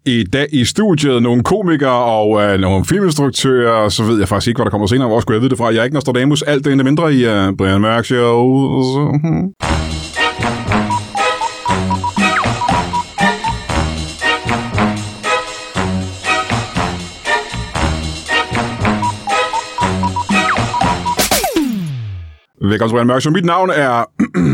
I dag i studiet nogle komikere og nogle filminstruktører, og så ved jeg faktisk ikke, hvad der kommer senere. Hvor skulle jeg vide det fra? Jeg er ikke Nostradamus. Alt det endda mindre i Brian Mørk Show. Velkommen til Brian Mørk Show. Mit navn er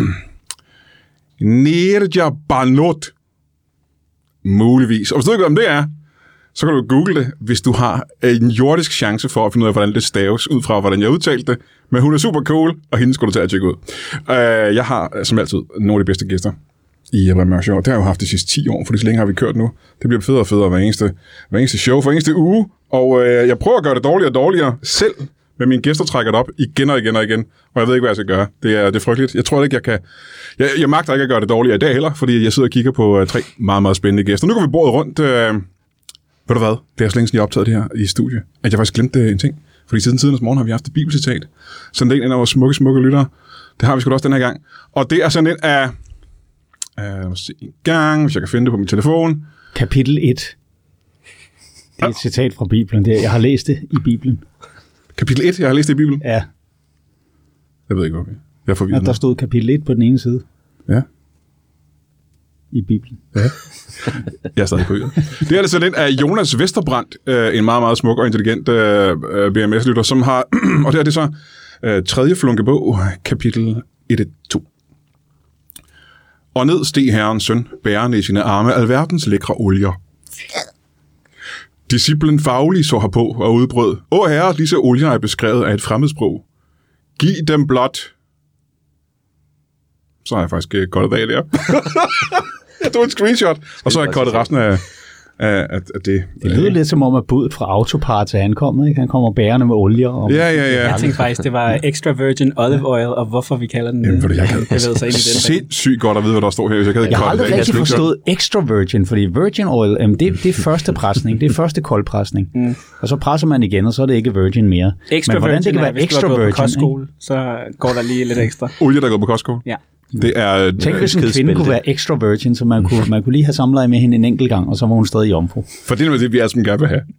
Nerja Barnot. Muligvis. Og hvis du ikke ved, om det er, så kan du google det, hvis du har en jordisk chance for at finde ud af, hvordan det staves, ud fra hvordan jeg udtalte det. Men hun er super cool, og hende skulle du tage at tjekke ud. Jeg har, som altid, nogle af de bedste gæster i Brian Mørk Show. Det har jeg jo haft de sidste 10 år, for så længe har vi kørt nu. Det bliver federe og federe hver eneste show, for eneste uge. Og jeg prøver at gøre det dårligere og dårligere selv, men mine gæster trækker det op igen og igen og igen. Og jeg ved ikke, hvad jeg skal gøre. Det er frygteligt. Jeg tror ikke, jeg kan... Jeg magter ikke at gøre det dårligere i dag heller, fordi jeg sidder og kigger på 3 meget, meget spændende gæster. Nu går vi bordet rundt. Ved du hvad? Det er så længe siden, jeg optaget det her i studie, at jeg faktisk glemte en ting. Fordi siden tidens morgen har vi haft et bibelcitat. Sådan en af vores smukke lyttere. Det har vi sgu da også den her gang. Og det er sådan en af... lad os se en gang, hvis jeg kan finde det på min telefon. Kapitel 1. Det er et citat fra Bibelen. Jeg har læst det i Bibelen. Kapitel 1? Jeg har læst det i Bibelen? Ja. Jeg ved ikke, hvorfor. Jeg får der stod kapitel 1 på den ene side. Ja. I Bibelen. Ja. Jeg er stadig på øret. Det er altså den af Jonas Vesterbrandt, en meget, meget smuk og intelligent BMS-lytter, som har, og det er det så, 3. flunkebog, kapitel 1-2. Og ned steg herrens søn, bærende i sine arme alverdens lækre olier. Disciplen faglig så herpå og udbrød: Åh herre, disse olier er beskrevet af et fremmedsprog. Giv dem blot. Så har jeg faktisk kottet bag der. Jeg tog en screenshot, og så har jeg kottet resten af det. Det lyder lidt som om, at budet fra Autoparts er ankommet, ikke? Han kommer bærende med olier. Og Ja. Jeg tænkte faktisk, det var extra virgin olive oil, og hvorfor vi kalder den det. Jeg ved så ind i den. Sindssygt godt at vide, hvad der står her. Jeg har aldrig rigtig forstået extra virgin, fordi virgin oil, det er første presning, det er første koldpresning. Og så presser man igen, og så er det ikke virgin mere. Extra men hvordan virgin det kan være extra virgin, kostskole, så går der lige lidt ekstra. Olie, der går på kostskole? Ja. Det er tænk, hvis en kvinde kunne være extra virgin, så man kunne lige have samleje med hende en enkelt gang, og så var hun stadig jomfru. For det er det, vi alle sammen gerne vil have.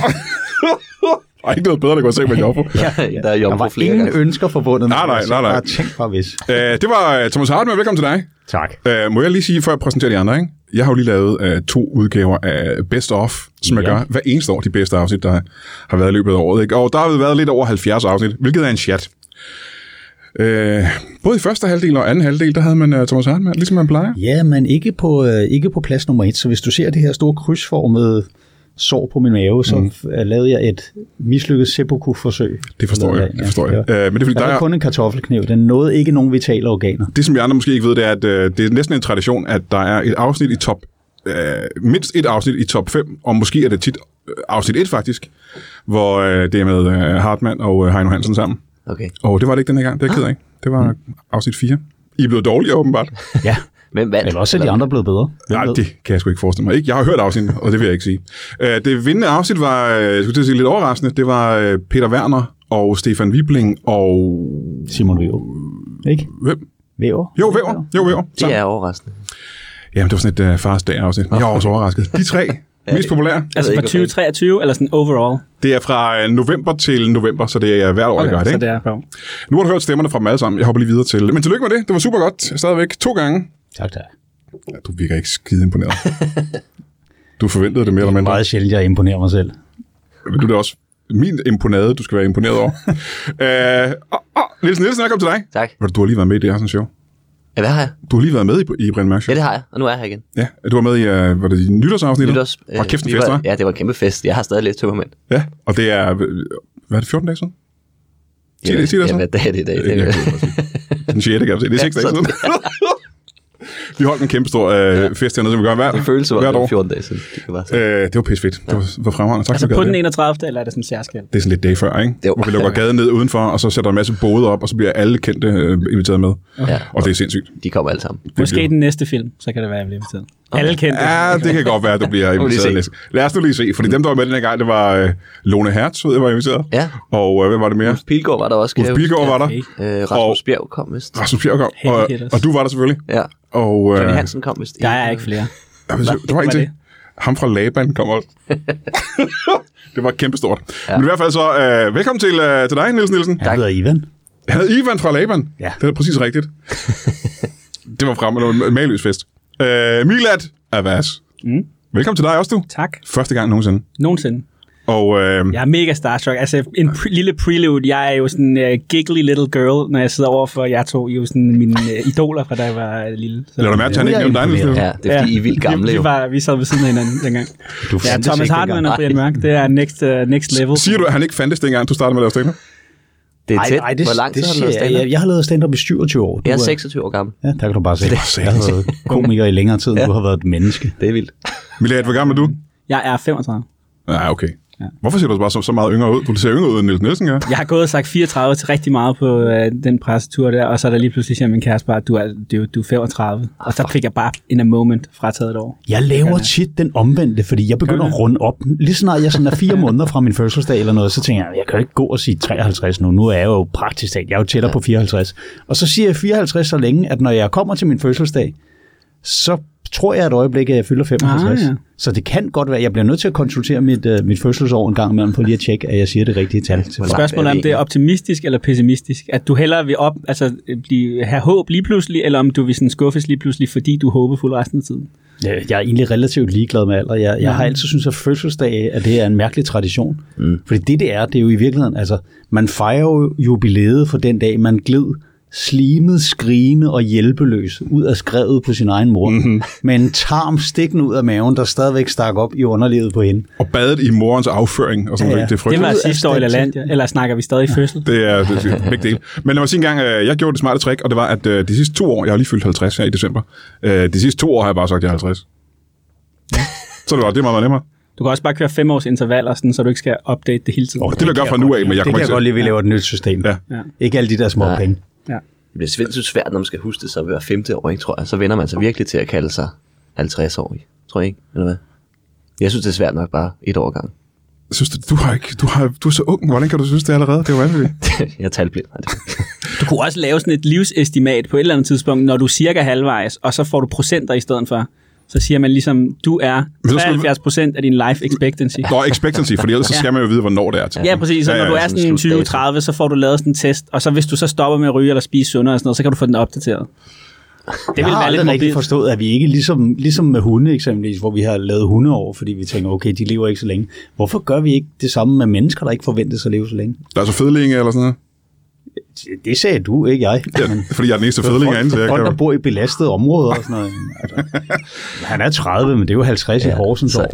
Der er ikke noget bedre, der går at se med jomfru. Der er jomfru flere gange. Ingen ønsker forbundet med nej. Bare tænk bare hvis. Det var Thomas Hartmann. Velkommen til dig. Tak. Må jeg lige sige, før jeg præsenterer de andre, ikke? Jeg har jo lige lavet 2 udgaver af Best Of, som jeg gør hver eneste år, de bedste afsnit, der har været i løbet af året. Ikke? Og der har været lidt over 70 afsnit, hvilket er en chat. Både i første halvdel og anden halvdel, der havde man Thomas Hartmann, ligesom man plejer. Ja, men ikke på plads nummer 1. Så hvis du ser det her store krydsformede sår på min mave, så lavede jeg et mislykket seppuku-forsøg. Det forstår jeg. Men det er, fordi der er kun en kartoffelkniv. Den nåede ikke nogen vitale organer. Det, som vi andre måske ikke ved, det er, at det er næsten en tradition, at der er et afsnit i mindst et afsnit i top 5, og måske er det tit afsnit 1 faktisk, hvor det er med Hartmann og Heino Hansen sammen. Okay. Og det var det ikke den her gang, det er jeg ked af. Det var afsnit 4. I er blevet dårligere, åbenbart. Ja, men også er de andre blevet bedre. Nej, det kan jeg sgu ikke forestille mig. Jeg har hørt afsnittet, og det vil jeg ikke sige. Det vindende afsnit var, jeg skulle til at sige lidt overraskende, det var Peter Werner og Stefan Wibling og... Simon Weber. Ikke? Hvem? Weber. Jo, Weber. Det er overraskende. Jamen, det var sådan et fars dag afsnit. Jeg var også overrasket. De 3 mest populære. Altså fra 2023, eller sådan overall? Det er fra november til november, så det er hvert år, jeg gør det, ikke? Så det er på. Nu har du hørt stemmerne fra dem alle sammen. Jeg hopper lige videre til... Men tillykke med det. Det var super godt. Stadigvæk 2 gange. Tak. Ja, du virker ikke skide imponeret. Du forventede det mere eller mindre. Det er meget sjældent, jeg imponerer mig selv. Men du er da også min imponade, du skal være imponeret over. Nielsen, velkommen til dig. Tak. Du har lige været med i det her show. Ja, hvad har jeg? Du har lige været med i Brian Mørk Show. Ja, det har jeg, og nu er jeg her igen. Ja, du var med i, var det i nytårsafsnittet? Og kæft en fest, hva'? Ja, det var en kæmpe fest. Jeg har stadig lidt tømmermænd. Ja, og det er, hvad er det, 14 dage siden? 10 dage siden? Ja, hvad dag er det i dag? Den 6. kan jeg se. Det er 6 dage siden. Vi holdt en kæmpe stor fest hernede, som vi gør hvert år. Det føles som om det var 14 dage siden. Det var pissefedt. Det var fremragende. Tak, altså på den 31. eller er det sådan særskilt? Det er sådan lidt dag før, ikke? Hvor vi lukker gaden ned udenfor, og så sætter der en masse både op, og så bliver alle kendte inviteret med. Ja, og det er sindssygt. De kommer alle sammen. Måske den næste film, så kan det være, at jeg bliver inviteret. Alle kendte. Ja, det kan godt være, at du bliver inviteret næste. Lad os nu lige se, fordi dem, der var med den her gang, det var Lone Hertz, ved jeg, var inviteret. Ja. Og hvem var det mere? Ulf Pilgaard var der også. Ulf Pilgaard var der. Rasmus Bjerg kom vist. Rasmus Bjerg kom, og du var der selvfølgelig. Ja. Og Johnny Hansen kom vist. Der er ikke flere. Der var en til. Ham fra Laban kom også. Det var kæmpestort. Ja. Men i hvert fald så, velkommen til dig, Niels Nielsen. Jeg hedder Ivan. Han hedder Ivan fra Laban. Ja. Det er præcis rigtigt. Det var fremme, det var en maløs fest. Milad Abbas. Velkommen til dig også, du. Tak. Første gang nogensinde. Og, jeg er mega starstruck. Altså, en lille prelude. Jeg er jo sådan en giggly little girl, når jeg sidder over for jer to. I er jo sådan mine idoler, fra da jeg var lille. Lad du mærke til, han ikke nævnte dig, Niels? Ja, det er fordi, I er vildt gamle jo. Vi sad ved siden af hinanden dengang. Thomas Hartmann og Brian Mørk, det er next level. Siger du, at han ikke fandtes dengang, du startede med at lave stand-up? Det er tæt. Hvor lang tid har du lavet stand-up? Jeg har lavet stand-up i 27 år. Jeg er 26 år gammel. Ja, der kan du bare se. Jeg har været komiker i længere tid, end du har været et menneske. Det er vildt. Milad, hvor gammel er du? Jeg er 35. Ja, okay. Ja. Hvorfor ser du bare så meget yngre ud? Du ser yngre ud end Niels Nielsen, ja? Jeg har gået og sagt 34 til rigtig meget på den pressetur der, og så er der lige pludselig siger min kæreste bare, du er 35. Og så fik jeg bare in a moment frataget et år. Jeg laver tit den omvendte, fordi jeg begynder at runde op. Lige snart jeg sådan er 4 måneder fra min fødselsdag eller noget, så tænker jeg kan jo ikke gå og sige 53 nu. Nu er jeg jo praktisk talt, jeg er jo tættere på 54. Og så siger jeg 54 så længe, at når jeg kommer til min fødselsdag, så tror jeg et øjeblik, at jeg fylder 55. Ja. Så det kan godt være, at jeg bliver nødt til at konsultere mit fødselsår en gang imellem, for lige at tjekke, at jeg siger det rigtige tal. Spørgsmålet er, om det er optimistisk eller pessimistisk. At du hellere vil have håb lige pludselig, eller om du vil sådan skuffes lige pludselig, fordi du håber fuld resten af tiden. Jeg er egentlig relativt ligeglad med alder. Jeg har altid syntes, at fødselsdag at det er en mærkelig tradition. Fordi det er jo i virkeligheden, altså man fejrer jo jubilæet for den dag, man gled slimet, skrigende og hjælpeløs ud af skrevet på sin egen mor, med en tarm stikkende ud af maven, der stadigvæk stak op i underlivet på hende. Og badet i morens afføring. Og sådan noget. Det var sidste år i LaLandia, eller snakker vi stadig fødsel? Det er begge dele. Men lad mig sige en gang, jeg gjorde det smarte trick, og det var, at de sidste 2 år, jeg har lige fyldt 50 her i december, de sidste 2 år har jeg bare sagt, at jeg er 50. Så det er meget nemmere. Du kan også bare køre 5 års intervaller, sådan, så du ikke skal update det hele tiden. Det vil jeg gøre fra nu af, men jeg kommer ikke til. Det kan jeg godt lide, vi laver et nyt system. Ja. Ikke alle de der små penge. Ja. Det bliver sindssygt svært, når man skal huske det så hver 5. år, ikke, tror jeg. Så vender man sig virkelig til at kalde sig 50-årig. Tror jeg ikke, eller hvad? Jeg synes, det er svært nok bare 1 år gang. Synes du er så ung. Hvordan kan du synes det allerede? Det er jo vanvittigt. Jeg er talblind. Du kunne også lave sådan et livsestimat på et eller andet tidspunkt, når du er cirka halvvejs, og så får du procenter i stedet for. Så siger man ligesom, du er 73% af din life expectancy. Nå, expectancy, for ellers så skal man jo vide, hvornår det er til. Ja, præcis. Så når du er sådan 20-30, så får du lavet sådan en test, og så hvis du så stopper med at ryge eller spise sundere og sådan noget, så kan du få den opdateret. Det vil være lidt rigtig forstået, at vi ikke ligesom med hunde eksempelvis, hvor vi har lavet hundeår, fordi vi tænker, okay, de lever ikke så længe. Hvorfor gør vi ikke det samme med mennesker, der ikke forventes at leve så længe? Der er så fedlinge eller sådan noget? Det sagde du, ikke jeg. Ja, fordi jeg er den eneste fedling herinde. Folk, der bor i belastede områder og sådan noget. Altså, han er 30, men det er jo 50 i Horsens år.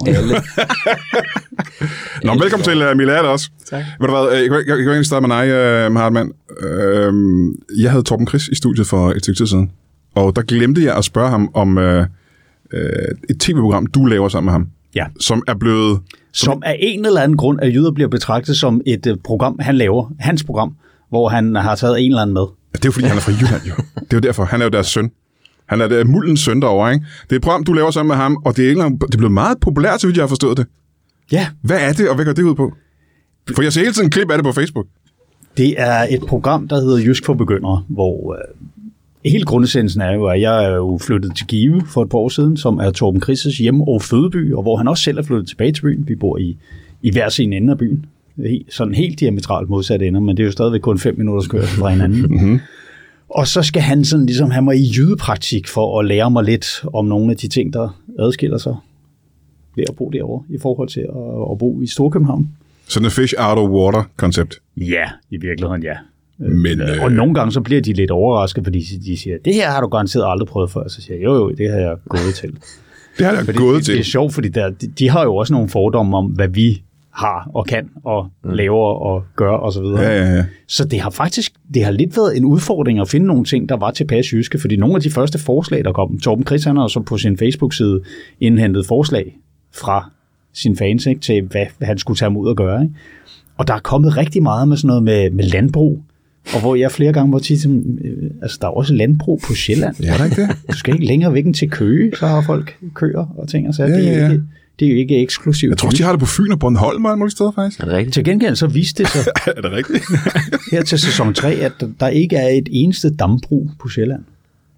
Nå, velkommen til Milad også. Tak. Ved du hvad, jeg kan egentlig starte med dig, Hartmann. Jeg havde Torben Chris i studiet for et stykke tid siden, og der glemte jeg at spørge ham om et tv-program, du laver sammen med ham. Ja. Som er blevet... Som af en eller anden grund af jyder bliver betragtet som et program, han laver. Hans program, hvor han har taget en eller anden med. Det er jo fordi, han er fra Jylland, jo. Det er jo derfor. Han er jo deres søn. Han er Muldens søn derovre, ikke? Det er et program, du laver sammen med ham, og det er blevet meget populært, så vidt jeg har forstået det. Ja. Hvad er det, og hvad går det ud på? For jeg ser hele tiden en klip af det på Facebook. Det er et program, der hedder Jysk for Begyndere, hvor hele grundessensen er jo, at jeg er jo flyttet til Give for et par år siden, som er Torben Chris' hjem- og fødeby, og hvor han også selv er flyttet tilbage til byen. Vi bor i hver sin ende af byen. Sådan helt diametralt modsatte ender, men det er jo stadigvæk kun 5 minutters kørsel fra hinanden. Og så skal han sådan ligesom have mig i jydepraktik for at lære mig lidt om nogle af de ting, der adskiller sig ved at bo derovre i forhold til at bo i Storkøbenhavn. Sådan et fish out of water-koncept? Ja, i virkeligheden ja. Men, og nogle gange så bliver de lidt overrasket, fordi de siger, det her har du garanteret aldrig prøvet før. Så siger jeg, jo, det har jeg gået til. Det har jeg gået til. Det er sjovt, fordi de har jo også nogle fordomme om, hvad vi har og kan og laver og gør og så videre. Ja. Så det har lidt været en udfordring at finde nogle ting, der var tilpas jyske, fordi nogle af de første forslag, der kom, Torben Chris, han har så på sin Facebook-side indhentet forslag fra sin fans, ikke, til hvad han skulle tage ud og gøre. Ikke? Og der er kommet rigtig meget med sådan noget med landbrug, og hvor jeg flere gange var tit, altså der er også landbrug på Sjælland. Ja, det er ikke det. Du skal ikke længere væk til Køge, så har folk køer og ting og så. Ja. Det er jo ikke eksklusivt. Jeg tror, de har det på Fyn og Bornholm og alle mulige steder, faktisk. Er det rigtigt? Til gengæld så viste det sig er det rigtigt? her til sæson 3, at der ikke er et eneste dambrug på Sjælland.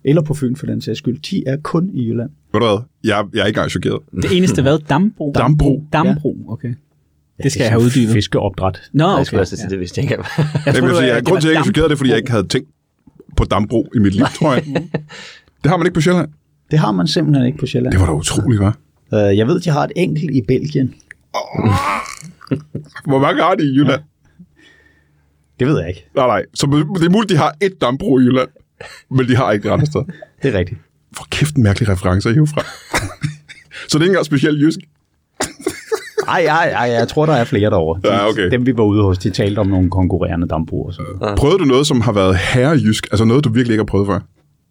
eller på Fyn for den sags skyld, de er kun i Jylland. Ved du hvad? Jeg er ikke engang chokeret. Det eneste hvad? Dambro? Dambro, okay. Det skal jeg have uddybet. Fiskeopdræt. Nå, okay. Jeg skulle også sige det, hvis jeg ikke Grunden til, at jeg ikke er chokeret, det er, fordi jeg ikke havde tænkt på Dambro i mit liv, tror jeg. Det har man ikke på Sjælland. Det har man simpelthen ikke på Sjælland. Det var da utroligt, hva'? Jeg ved, de har et enkelt i Belgien. Hvor mange har de i Jylland? Det ved jeg ikke. Nej. Så det er muligt, de har et Dambro i Jylland, men de har ikke det andre steder. Det er rigtigt. For kæft en mærkelig reference at hive fra. Så det er ikke engang specielt jysk. Ej, jeg tror, der er flere derovre. Ja, okay. Dem, vi var ude hos, de talte om nogle konkurrerende dambrug. Prøvede du noget, som har været herrejysk? Altså noget, du virkelig ikke har prøvet før?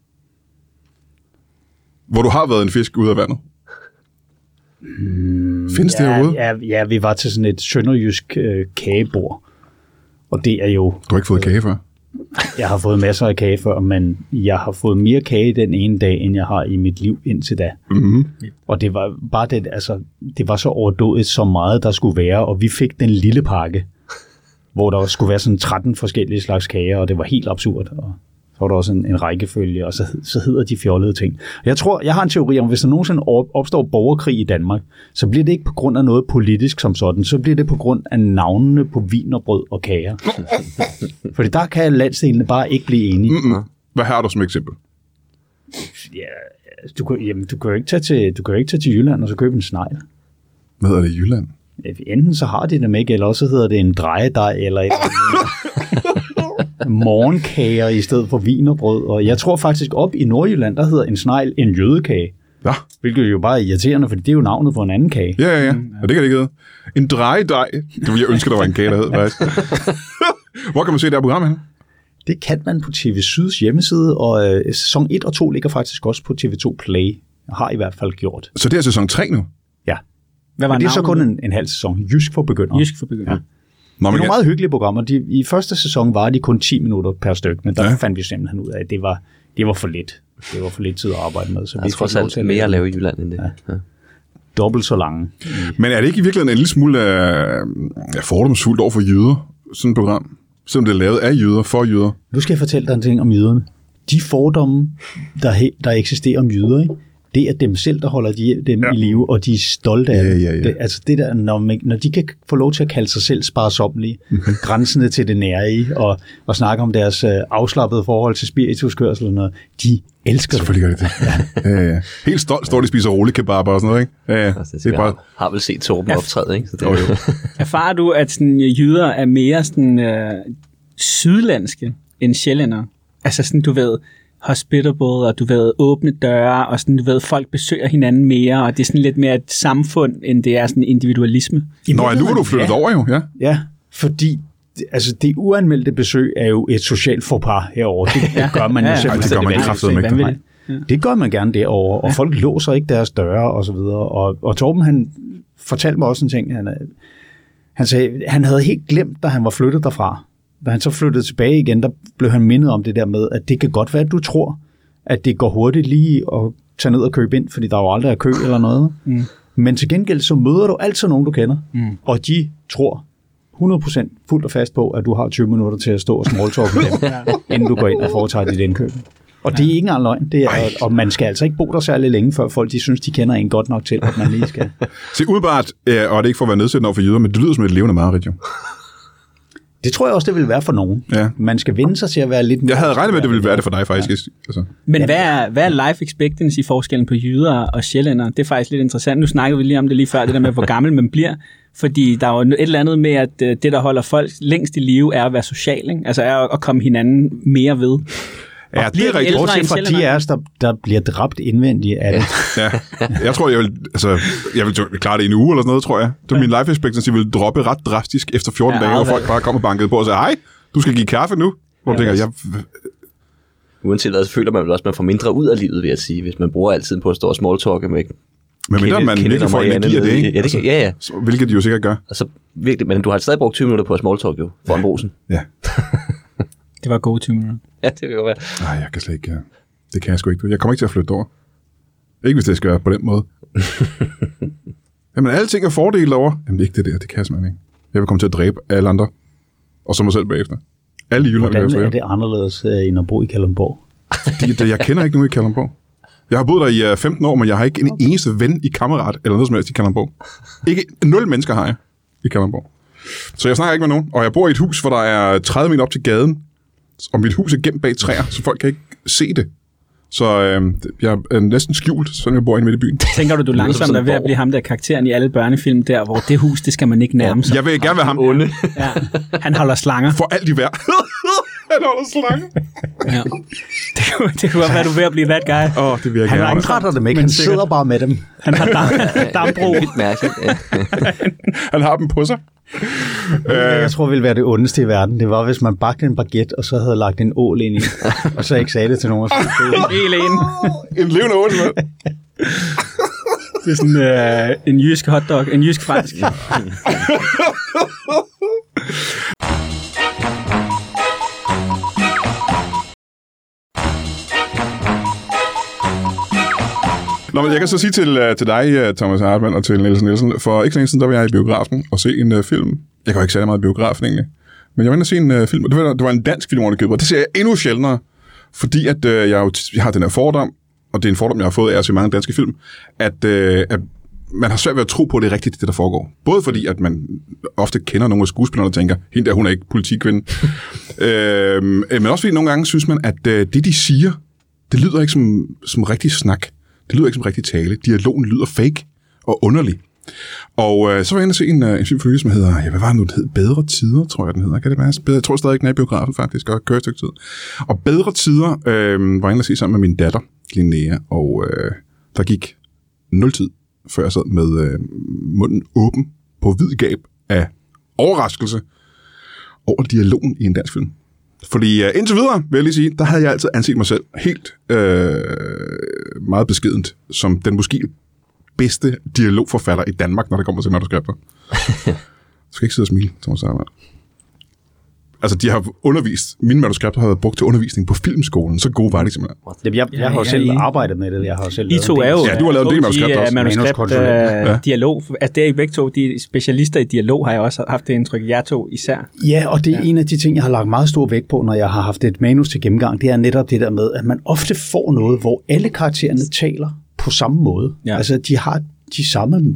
Hvor du har været en fisk ude af vandet? Findes det overhovedet? Ja, vi var til sådan et sønderjysk kagebord. Og det er jo... Du har ikke fået kage før? Jeg har fået masser af kage før, men jeg har fået mere kage den ene dag, end jeg har i mit liv indtil da. Mm-hmm. Og det var bare det var så overdådigt så meget, der skulle være, og vi fik den lille pakke, hvor der skulle være sådan 13 forskellige slags kager, og det var helt absurd. Og så var der også en rækkefølge, og så hedder de fjollede ting. Jeg har en teori om, hvis der nogensinde opstår borgerkrig i Danmark, så bliver det ikke på grund af noget politisk som sådan, så bliver det på grund af navnene på wienerbrød og kager. Fordi der kan landsdelene bare ikke blive enige. Mm-mm. Hvad har du som eksempel? Ja, du kan jo ikke tage til Jylland og så købe en snegl. Hvad hedder det i Jylland? Enten så har de dem ikke, eller også hedder det en drejedej, eller et morgenkager i stedet for wienerbrød. Og jeg tror faktisk op i Nordjylland, der hedder en snegl en jødekage. Ja. Hvilket jo bare er irriterende, fordi det er jo navnet på en anden kage. Ja. Og det kan det ikke hedde. En drejedej. Det ville jeg ønske, der var en kage, der hed, faktisk. Hvor kan man se det her program her? Det kan man på TV Syds hjemmeside, og sæson 1 og 2 ligger faktisk også på TV2 Play. Jeg har i hvert fald gjort. Så det er sæson 3 nu? Ja. Hvad var det er så kun en halv sæson. Jysk for begyndere. Jysk for begyndere. Ja. Det er nogle meget hyggelige programmer. I første sæson var de kun 10 minutter per stykke, men der fandt vi simpelthen ud af, at det var for lidt. Det var for lidt tid at arbejde med. Så jeg tror selv mere at lave i Jylland end det. Ja. Dobbelt så lange. Men er det ikke i virkeligheden en lille smule fordomsfuldt over for jøder, sådan et program? Selvom det er lavet af jøder, for jøder. Nu skal jeg fortælle dig en ting om jøderne. De fordomme, der eksisterer om jøder, ikke? Det er dem selv, der holder dem i live, og de er stolte af det. Ja. Altså det der, når de kan få lov til at kalde sig selv sparsommelige, grænsende til det nære og snakke om deres afslappede forhold til spirituskørsel og noget, de elsker det. Selvfølgelig gør det. Ja. Helt stolt står de spiser rolekebaber og sådan noget, ikke? Ja. Altså, det er bare... har vel set Torben optræde, ikke? Så det jo. Erfarer du, at sådan, jyder er mere sådan, sydlandske end sjællænder? Altså sådan, du ved... hospitable, og du ved, åbne døre, og sådan, du ved, folk besøger hinanden mere, og det er sådan lidt mere et samfund, end det er sådan individualisme. Nu er du flyttet over jo, ja. Ja, fordi det uanmeldte besøg er jo et socialt forpar herovre. Det gør man jo simpelthen. Det gør man kraftedeme ikke. Det gør man gerne derovre, og folk låser ikke deres døre, og så videre. Og Torben, han fortalte mig også en ting, han sagde, han havde helt glemt, da han var flyttet derfra. Da han så flyttede tilbage igen, der blev han mindet om det der med, at det kan godt være, at du tror, at det går hurtigt lige at tage ned og købe ind, fordi der jo aldrig er kø eller noget. Mm. Men til gengæld, så møder du altid nogen, du kender, og de tror 100% fuldt og fast på, at du har 20 minutter til at stå og smalltalk med dem, inden du går ind og foretager dit indkøb. Og det er ikke engang løgn, det er, og man skal altså ikke bo der særlig længe, før folk de synes, de kender en godt nok til, at man lige skal. Se, udebart, og det er ikke for at være nedsættende over for jøder, men det lyder som et levende mareridt, jo. Det tror jeg også, det vil være for nogen. Ja. Man skal vende sig til at være lidt mere... Jeg havde regnet med, at det ville være det for dig, faktisk. Ja. Altså. Men hvad er life expectancy i forskellen på jyder og sjællænder? Det er faktisk lidt interessant. Nu snakkede vi lige om det lige før, det der med, hvor gammel man bliver. Fordi der er jo et eller andet med, at det, der holder folk længst i live, er at være social. Ikke? Altså er at komme hinanden mere ved. Ja, det er rigtigt. Bortset fra de af os, der bliver dræbt indvendigt af det. Ja. Jeg tror, jeg vil klare det i en uge eller sådan noget, tror jeg. Så min life expectancy vil droppe ret drastisk efter 14 dage, hvor folk bare kommer og bankede på og siger, hej, du skal give kaffe nu. Hvor tænker jeg... Uanset hvad, så føler man vel også, at man får mindre ud af livet, vil jeg sige, hvis man bruger altid på at stå og smalltalke med... Men mindre man virkelig får energi af det, ikke? Ja, det, ja. Hvilket de jo sikkert gør. Altså, virkelig, men du har stadig brugt 20 minutter på at smalltalk jo, foran brosen. Ja. Det var gode 20 minutter. Ja, det kan jo være. Nej, jeg kan slet ikke... Det kan jeg sgu ikke. Jeg kommer ikke til at flytte over. Ikke hvis det skal være på den måde. Jamen, alle ting er fordele over. Jamen, ikke det der. Det kan jeg simpelthen ikke. Jeg vil komme til at dræbe alle andre. Og så mig selv bagefter. Alle i Jylland. Hvordan er det anderledes end at bo i Kalundborg? Fordi jeg kender ikke nogen i Kalundborg. Jeg har boet der i 15 år, men jeg har ikke en eneste ven i kammerat, eller noget som helst i Kalundborg. Ikke 0 mennesker har jeg i Kalundborg. Så jeg snakker ikke med nogen. Og jeg bor i et hus, hvor der er 30 meter op til gaden, og mit hus er gemt bag træer, så folk kan ikke se det. Så jeg er næsten skjult, så jeg bor inde midt i byen. Tænker du langsomt er ved at blive ham der karakteren i alle børnefilm der, hvor det hus, det skal man ikke nærme sig? Jeg vil gerne være ham. Onde. Ja. Han holder slanger. For alt i værd. Han holder slanger. Ja. Det kunne være, du er ved at blive that guy. Det vil jeg Han gerne. opdrætter dem ikke, han sidder bare med dem. Han har dambrug. Vildt mærkeligt. Ja. Han har dem på sig. Jeg tror, det ville være det ondeste i verden. Det var, hvis man bagte en baguette, og så havde lagt en ål ind i, og så ikke sagde det til nogen. Helt en. En levende ål. Det er sådan en jysk hotdog, en jysk fransk. Nå, men jeg kan så sige til dig, Thomas Hartmann, og til Nielsen Nielsen, for ikke så længe siden, der var jeg i biografen og se en film. Jeg går ikke særlig meget i biografen egentlig, men jeg var inde og se en film, og det var en dansk film, og det ser jeg endnu sjældnere, fordi at jeg har den her fordom, og det er en fordom, jeg har fået af at se mange danske film, at man har svært ved at tro på, at det er rigtigt, det der foregår. Både fordi, at man ofte kender nogle af skuespillerne og tænker, hende der, hun er ikke politikvinde. Men også fordi nogle gange synes man, at det, de siger, det lyder ikke som rigtig snak. Det lyder ikke som rigtig tale. Dialogen lyder fake og underlig. Og så var jeg inde og se en film for nylig, som hedder, hvad var det nu, den hed? Bedre Tider, tror jeg, den hedder. Kan det være? Jeg tror stadig ikke, den er i biografen, faktisk, og kører et stykke tid. Og Bedre Tider var jeg inde og se sammen med min datter, Linnea, og der gik 0 tid, før jeg sad med munden åben på vid gab af overraskelse over dialogen i en dansk film. Fordi indtil videre, vil jeg lige sige, der havde jeg altid anset mig selv helt meget beskedent som den måske bedste dialogforfatter i Danmark, når det kommer til manuskripter. Du skal ikke sidde og smile, Thomas Hartmann. Altså, de har undervist, mine manuskripter har været brugt til undervisning på filmskolen, så gode var de simpelthen. Jeg har jo selv arbejdet med det, jeg har jo selv I to er jo ja, du har lavet en del manuskripter også. Manuskript, dialog. Altså, det er I begge to, de specialister i dialog, har jeg også haft det indtryk, jer to især. Ja, og det er en af de ting, jeg har lagt meget stor vægt på, når jeg har haft et manus til gennemgang, det er netop det der med, at man ofte får noget, hvor alle karaktererne taler på samme måde. Ja. Altså, de har de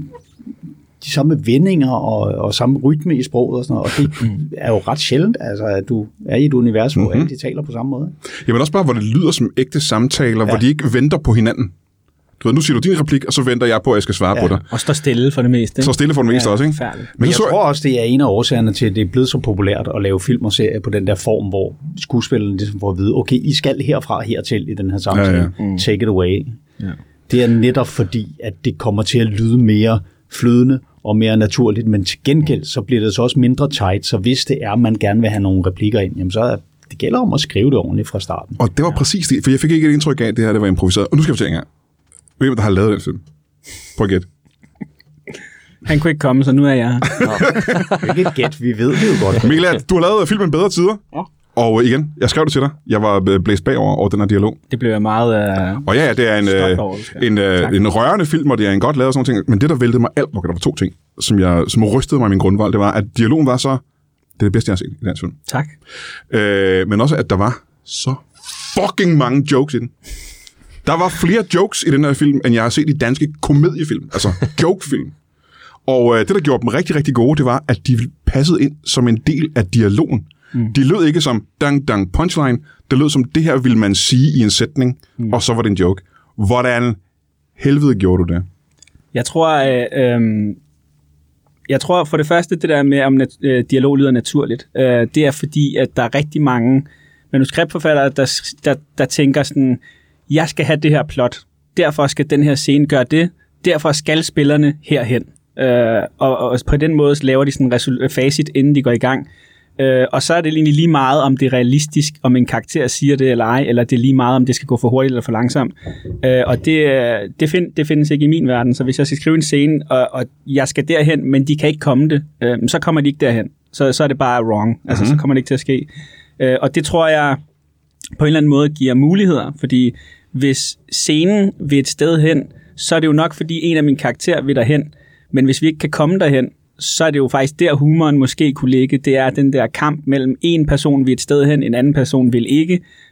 samme vendinger og samme rytme i sproget og sådan noget, og det er jo ret sjældent, altså, at du er i et univers, hvor alle de taler på samme måde. Jamen også bare, hvor det lyder som ægte samtaler, hvor de ikke venter på hinanden. Du ved, nu siger du din replik, og så venter jeg på, at jeg skal svare på dig. Og står stille for det meste. Så stille for det meste også, ikke? Men jeg tror også, det er en af årsagerne til, at det er blevet så populært at lave film og serier på den der form, hvor skuespillerne ligesom får at vide, okay, I skal herfra hertil i den her samtale. Ja. Take it away. Ja. Det er netop fordi, at det kommer til at lyde mere flydende og mere naturligt, men til gengæld, så bliver det så også mindre tight, så hvis det er, man gerne vil have nogle replikker ind, jamen så det gælder om at skrive det ordentligt fra starten. Og det var præcis det, for jeg fik ikke et indtryk af, at det her det var improviseret. Og nu skal jeg fortælle en gang. Hvem der har lavet den film? Prøv at gætte. Han kunne ikke komme, så nu er jeg. Ikke et gæt, vi ved det jo godt. Mikkel, du har lavet filmen Bedre Tider. Ja. Og igen, jeg skrev det til dig. Jeg var blæst bagover over den her dialog. Det blev jeg meget og ja, det er en rørende film, og det er en godt lavet og sådan noget ting. Men det, der væltede mig alt, der var 2 ting, som rystede mig i min grundvold, det var, at dialogen var så... Det er det bedste, jeg har set i den film. Tak. Men også, at der var så fucking mange jokes i den. Der var flere jokes i den her film, end jeg har set i danske komediefilm. Altså jokefilm. Og det, der gjorde dem rigtig, rigtig gode, det var, at de passede ind som en del af dialogen. De lød ikke som dang punchline. Det lød som, det her ville man sige i en sætning, og så var det en joke. Hvordan helvede gjorde du det? Jeg tror for det første, det der med, om dialog lyder naturligt, det er fordi, at der er rigtig mange manuskriptforfattere, der tænker sådan, jeg skal have det her plot, derfor skal den her scene gøre det, derfor skal spillerne herhen. Og på den måde laver de sådan en facit, inden de går i gang. Og så er det egentlig lige meget, om det er realistisk, om en karakter siger det eller ej, eller det er lige meget, om det skal gå for hurtigt eller for langsomt. Og det findes ikke i min verden. Så hvis jeg skal skrive en scene, og jeg skal derhen, men de kan ikke komme det, så kommer de ikke derhen. Så er det bare wrong. Altså, så kommer det ikke til at ske. Og det tror jeg på en eller anden måde giver muligheder, fordi hvis scenen vil et sted hen, så er det jo nok, fordi en af mine karakterer vil derhen. Men hvis vi ikke kan komme derhen, så er det jo faktisk der, humoren måske kunne ligge. Det er den der kamp mellem en person vil et sted hen, en anden person vil ikke.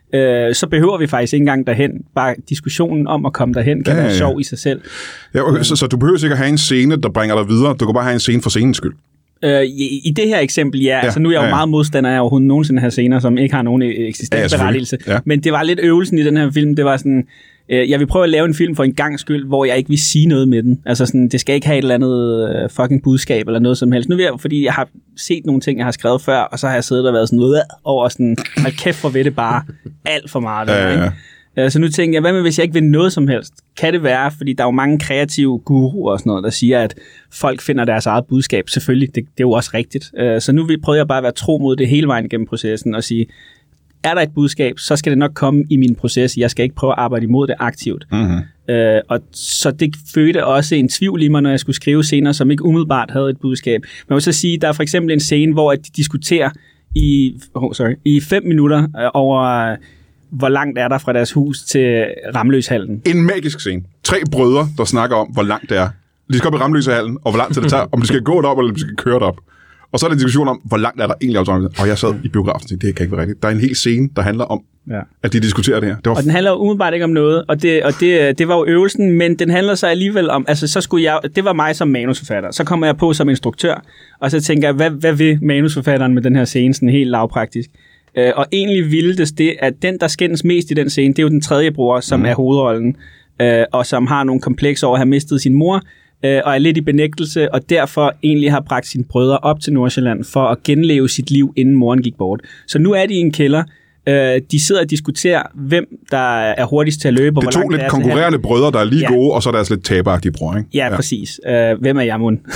så behøver vi faktisk ikke engang derhen. Bare diskussionen om at komme derhen kan være sjov i sig selv. Ja, okay, så du behøver ikke at have en scene, der bringer dig videre. Du kan bare have en scene for scenens skyld. I det her eksempel, altså nu er jeg jo meget modstander af overhovedet nogensinde have scener, som ikke har nogen eksistensberettigelse. Ja. Men det var lidt øvelsen i den her film. Det var sådan, jeg vil prøve at lave en film for en gangs skyld, hvor jeg ikke vil sige noget med den. Altså sådan, det skal ikke have et eller andet fucking budskab eller noget som helst. Nu vil jeg, fordi jeg har set nogle ting, jeg har skrevet før, og så har jeg siddet og været sådan noget over sådan, hold kæft for ved det bare alt for meget. Så nu tænker jeg, hvad med hvis jeg ikke vil noget som helst? Kan det være, fordi der er jo mange kreative guruer og sådan noget, der siger, at folk finder deres eget budskab. Selvfølgelig, det er jo også rigtigt. Så nu prøver jeg bare at være tro mod det hele vejen gennem processen og sige, er der et budskab, så skal det nok komme i min proces. Jeg skal ikke prøve at arbejde imod det aktivt. Mm-hmm. Og så det fødte også en tvivl i mig, når jeg skulle skrive scener, som ikke umiddelbart havde et budskab. Man vil så sige, der er for eksempel en scene, hvor de diskuterer i 5 minutter over... hvor langt er der fra deres hus til Ramløshallen. En magisk scene. 3 brødre, der snakker om, hvor langt det er. De skal op i Ramløshallen, og hvor langt det tager, om de skal gå derop, eller om de skal køre derop. Og så er der en diskussion om, hvor langt er der egentlig op til Ramløshallen. Og jeg sad i biografen og tænkte, det kan ikke være rigtigt. Der er en hel scene, der handler om, at de diskuterer det her. Og den handler umiddelbart ikke om noget, og det var jo øvelsen, men den handler så alligevel om, altså så skulle det var mig som manusforfatter. Så kommer jeg på som instruktør, og så tænker jeg, hvad vil manusforfatteren med den her scene, sådan helt lavpraktisk? Og egentlig ville det, at den, der skændes mest i den scene, det er jo den tredje bror, som er hovedrollen, og som har nogle komplekser over at have mistet sin mor, og er lidt i benægtelse, og derfor egentlig har bragt sine brødre op til Nordsjælland for at genleve sit liv, inden moren gik bort. Så nu er de i en kælder. De sidder og diskuterer, hvem der er hurtigst til at løbe. Det er 2 lidt konkurrerende brødre, der er lige gode, og så er deres lidt taberagtige bror, ikke? Ja, præcis. Hvem er jeg, mon?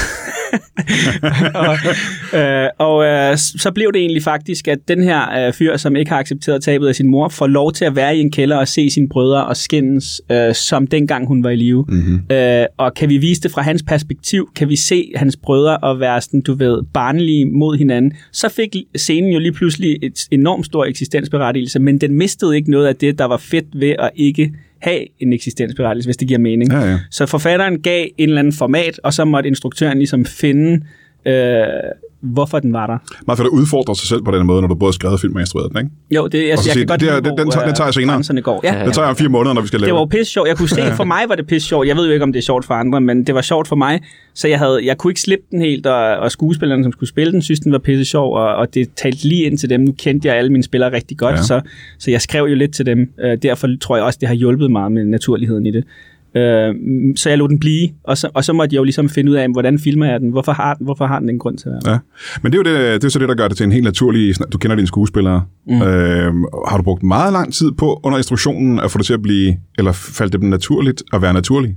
Så blev det egentlig faktisk, at den her fyr, som ikke har accepteret tabet af sin mor, får lov til at være i en kælder og se sine brødre og skændes, som dengang hun var i live. Mm-hmm. Og kan vi vise det fra hans perspektiv, kan vi se hans brødre og være sådan, du ved, barnlige mod hinanden, så fik scenen jo lige pludselig et enormt stor eksistensberettigelse, men den mistede ikke noget af det, der var fedt ved at ikke have en eksistensberettigelse, hvis det giver mening. Ja. Så forfatteren gav en eller anden format, og så måtte instruktøren ligesom finde, hvorfor den var der. Meget for at udfordre sig selv på den måde, når du både har skrevet film og instrueret den, ikke? Jo, jeg kan godt lide, den tager jeg senere. Går. Ja. Den tager jeg om 4 måneder, når vi skal lave det. var jo pisse sjovt. Jeg kunne se, for mig var det pisse sjovt. Jeg ved jo ikke, om det er sjovt for andre, men det var sjovt for mig. Så jeg kunne ikke slippe den helt, og skuespillerne, som skulle spille den, synes den var pisse sjov, og det talte lige ind til dem. Nu kendte jeg alle mine spillere rigtig godt, så jeg skrev jo lidt til dem. Derfor tror jeg også, det har hjulpet meget med naturligheden i det. Så jeg lod den blive, og så måtte jeg jo ligesom finde ud af, hvordan filmer jeg den, hvorfor har den en grund til at være. Ja. Men det er så det, der gør det til en helt naturlig, du kender dine skuespillere. Har du brugt meget lang tid på under instruktionen at få det til at blive, eller faldt det dem naturligt at være naturlig?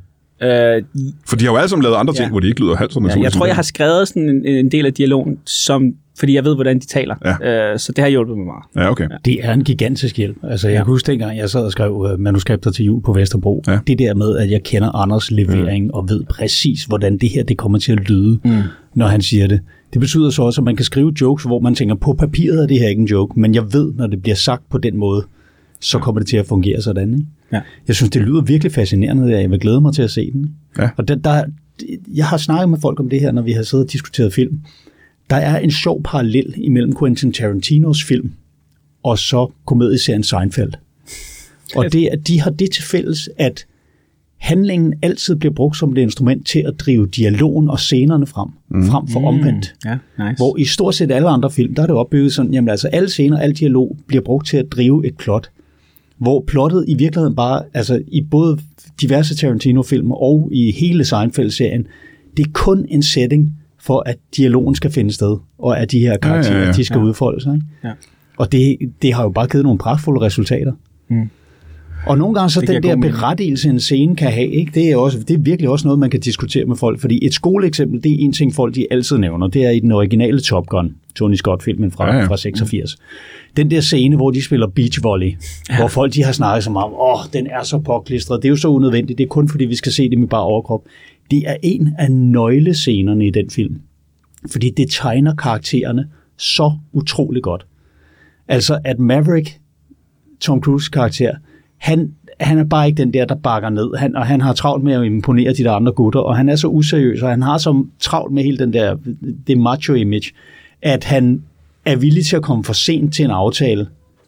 For de har jo alle sammen lavet andre ting, hvor de ikke lyder halvt så naturligt. Jeg tror, jeg har skrevet sådan en del af dialogen, fordi jeg ved, hvordan de taler. Ja. Så det har hjulpet mig meget. Ja, okay. Det er en gigantisk hjælp. Altså, jeg kan huske dengang, jeg sad og skrev manuskripter til Jul på Vesterbro. Ja. Det der med, at jeg kender Anders levering og ved præcis, hvordan det her det kommer til at lyde, når han siger det. Det betyder så også, at man kan skrive jokes, hvor man tænker, på papiret er det her ikke en joke, men jeg ved, når det bliver sagt på den måde, så kommer det til at fungere sådan, ikke? Ja. Jeg synes, det lyder virkelig fascinerende, og jeg vil glæde mig til at se den. Ja. Og jeg har snakket med folk om det her, når vi har siddet og diskuteret film. Der er en sjov parallel imellem Quentin Tarantinos film og så komedieserien Seinfeld. Og det, at de har det til fælles, at handlingen altid bliver brugt som et instrument til at drive dialogen og scenerne frem for omvendt. Ja, nice. Hvor i stort set alle andre film, der er det opbygget sådan, jamen altså alle scener, al dialog bliver brugt til at drive et plot. Hvor plottet i virkeligheden bare, altså i både diverse Tarantino-film og i hele Seinfeld-serien, det er kun en setting for, at dialogen skal finde sted, og at de her karakterer, de skal udfolde sig. Ikke? Ja. Og det har jo bare givet nogle pragtfulde resultater. Og nogle gange så den der berettigelse, en scene kan have, ikke? Det er virkelig også noget, man kan diskutere med folk, fordi et skoleeksempel, det er en ting, folk de altid nævner, det er i den originale Top Gun, Tony Scott-filmen fra 86. Den der scene, hvor de spiller beach volley, hvor folk de har snakket så meget om, den er så påklistret, det er jo så unødvendigt, det er kun fordi, vi skal se dem i bare overkrop. Det er en af nøglescenerne i den film, fordi det tegner karaktererne så utrolig godt. Altså, at Maverick, Tom Cruise karakter, han er bare ikke den der bakker ned, og han har travlt med at imponere de der andre gutter, og han er så useriøs, og han har så travlt med hele det macho image, at han er villig til at komme for sent til en aftale,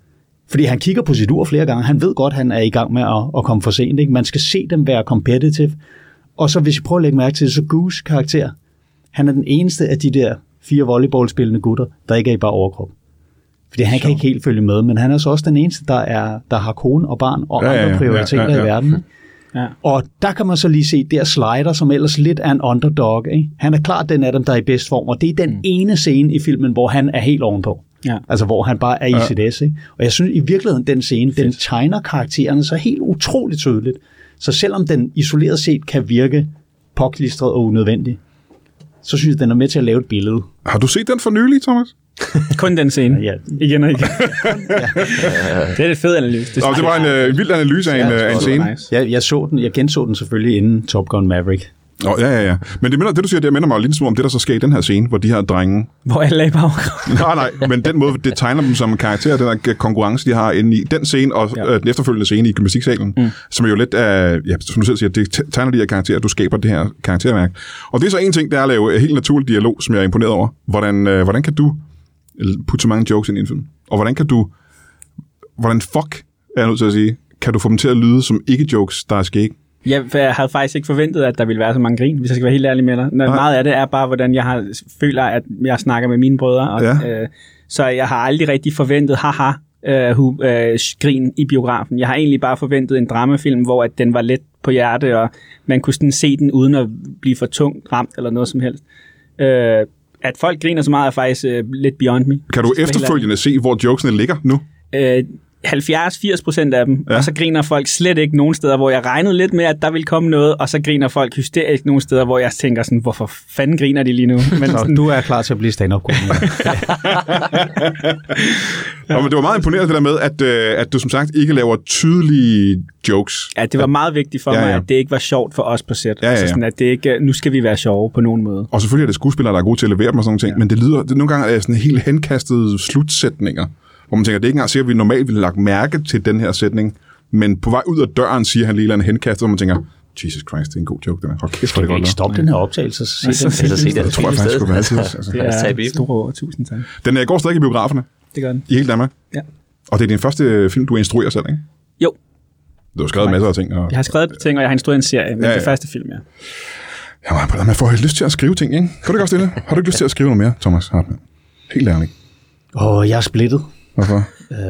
Fordi han kigger på sit ur flere gange. Han ved godt, han er i gang med at komme for sent. Ikke? Man skal se dem være competitive. Og så hvis I prøver at lægge mærke til det, så Goose karakter, han er den eneste af de der 4 volleyballspillende gutter, der ikke er i bare overkrop. Fordi han kan ikke helt følge med, men han er så også den eneste, der har kone og barn og andre prioriteter i verden. Ja. Og der kan man så lige se, der Slider, som ellers lidt er en underdog. Ikke? Han er klart den af dem, der er i bedst form, og det er den ene scene i filmen, hvor han er helt ovenpå. Ja. Altså hvor han bare er i sit S. Ikke? Og jeg synes i virkeligheden, den scene, den tegner karaktererne så helt utroligt tydeligt. Så selvom den isoleret set kan virke påklistret og unødvendig, så synes jeg, den er med til at lave et billede. Har du set den for nylig, Thomas? Kun den scene. Ja. Igen og igen. Det er et fed analyse. Det var en vild analyse af en scene. Nice. Jeg genså den selvfølgelig inden Top Gun Maverick. Ja. Men det du siger, det minder mig jo lidt smule om det, der så sker i den her scene, hvor de her drenge... Hvor alle er i baggrunden. Nej, men den måde, det tegner dem som karakterer, den der konkurrence, de har inde i den scene, og den efterfølgende scene i gymnastiksalen, som er jo lidt af, som du selv siger, det tegner de her karakterer, du skaber det her karakterværk. Og det er så en ting, der er at lave helt naturlig dialog, som jeg er imponeret over. Hvordan kan du putte så mange jokes ind i en film? Og hvordan fuck, er jeg nødt til at sige, kan du få dem til at lyde som ikke-jokes, der er skæg? Jeg havde faktisk ikke forventet, at der ville være så mange grin, hvis jeg skal være helt ærlig med dig. Meget af det er bare, hvordan jeg føler, at jeg snakker med mine brødre. Og, så jeg har aldrig rigtig forventet, grin i biografen. Jeg har egentlig bare forventet en dramafilm, hvor at den var let på hjerte, og man kunne sådan se den, uden at blive for tungt ramt, eller noget som helst. At folk griner så meget, er faktisk lidt beyond me. Kan du efterfølgende se, hvor jokesene ligger nu? 70-80% af dem, og så griner folk slet ikke nogen steder, hvor jeg regnede lidt med, at der ville komme noget, og så griner folk hysterisk nogle steder, hvor jeg tænker sådan, hvorfor fanden griner de lige nu? Men sådan, du er klar til at blive stand-up-komiker. Men det var meget imponerende det der med, at du som sagt ikke laver tydelige jokes. Ja, det var meget vigtigt for mig, at det ikke var sjovt for os på set. Altså sådan, at det ikke, nu skal vi være sjove på nogen måde. Og selvfølgelig er det skuespillere, der er gode til at levere dem og sådan noget, men det nogle gange er sådan helt henkastede slutsætninger, hvor man tænker, det er ikke engang sikkert, at vi normalt ville have lagt mærke til den her sætning, men på vej ud af døren siger han lige en henkastet, og man tænker, Jesus Christ, det er en god joke, den er. Okay, skal vi ikke stoppe den her optagelse, så se den? Det tror jeg faktisk skulle være. Det er store ord, 1000 tak. Den går stadig i biograferne. Det gør den. I hele Danmark? Ja. Og det er din første film, du instruerer selv, ikke? Jo. Du har skrevet masser af ting. Jeg har skrevet ting, og jeg har instrueret en serie, men det første film, Ja, man får lyst til at skrive ting, ikke? Kan du ikke også det? Har du ikke lyst til at skrive noget mere, Thomas Hartmann? Helt ærligt. Jeg er splittet. Hvorfor?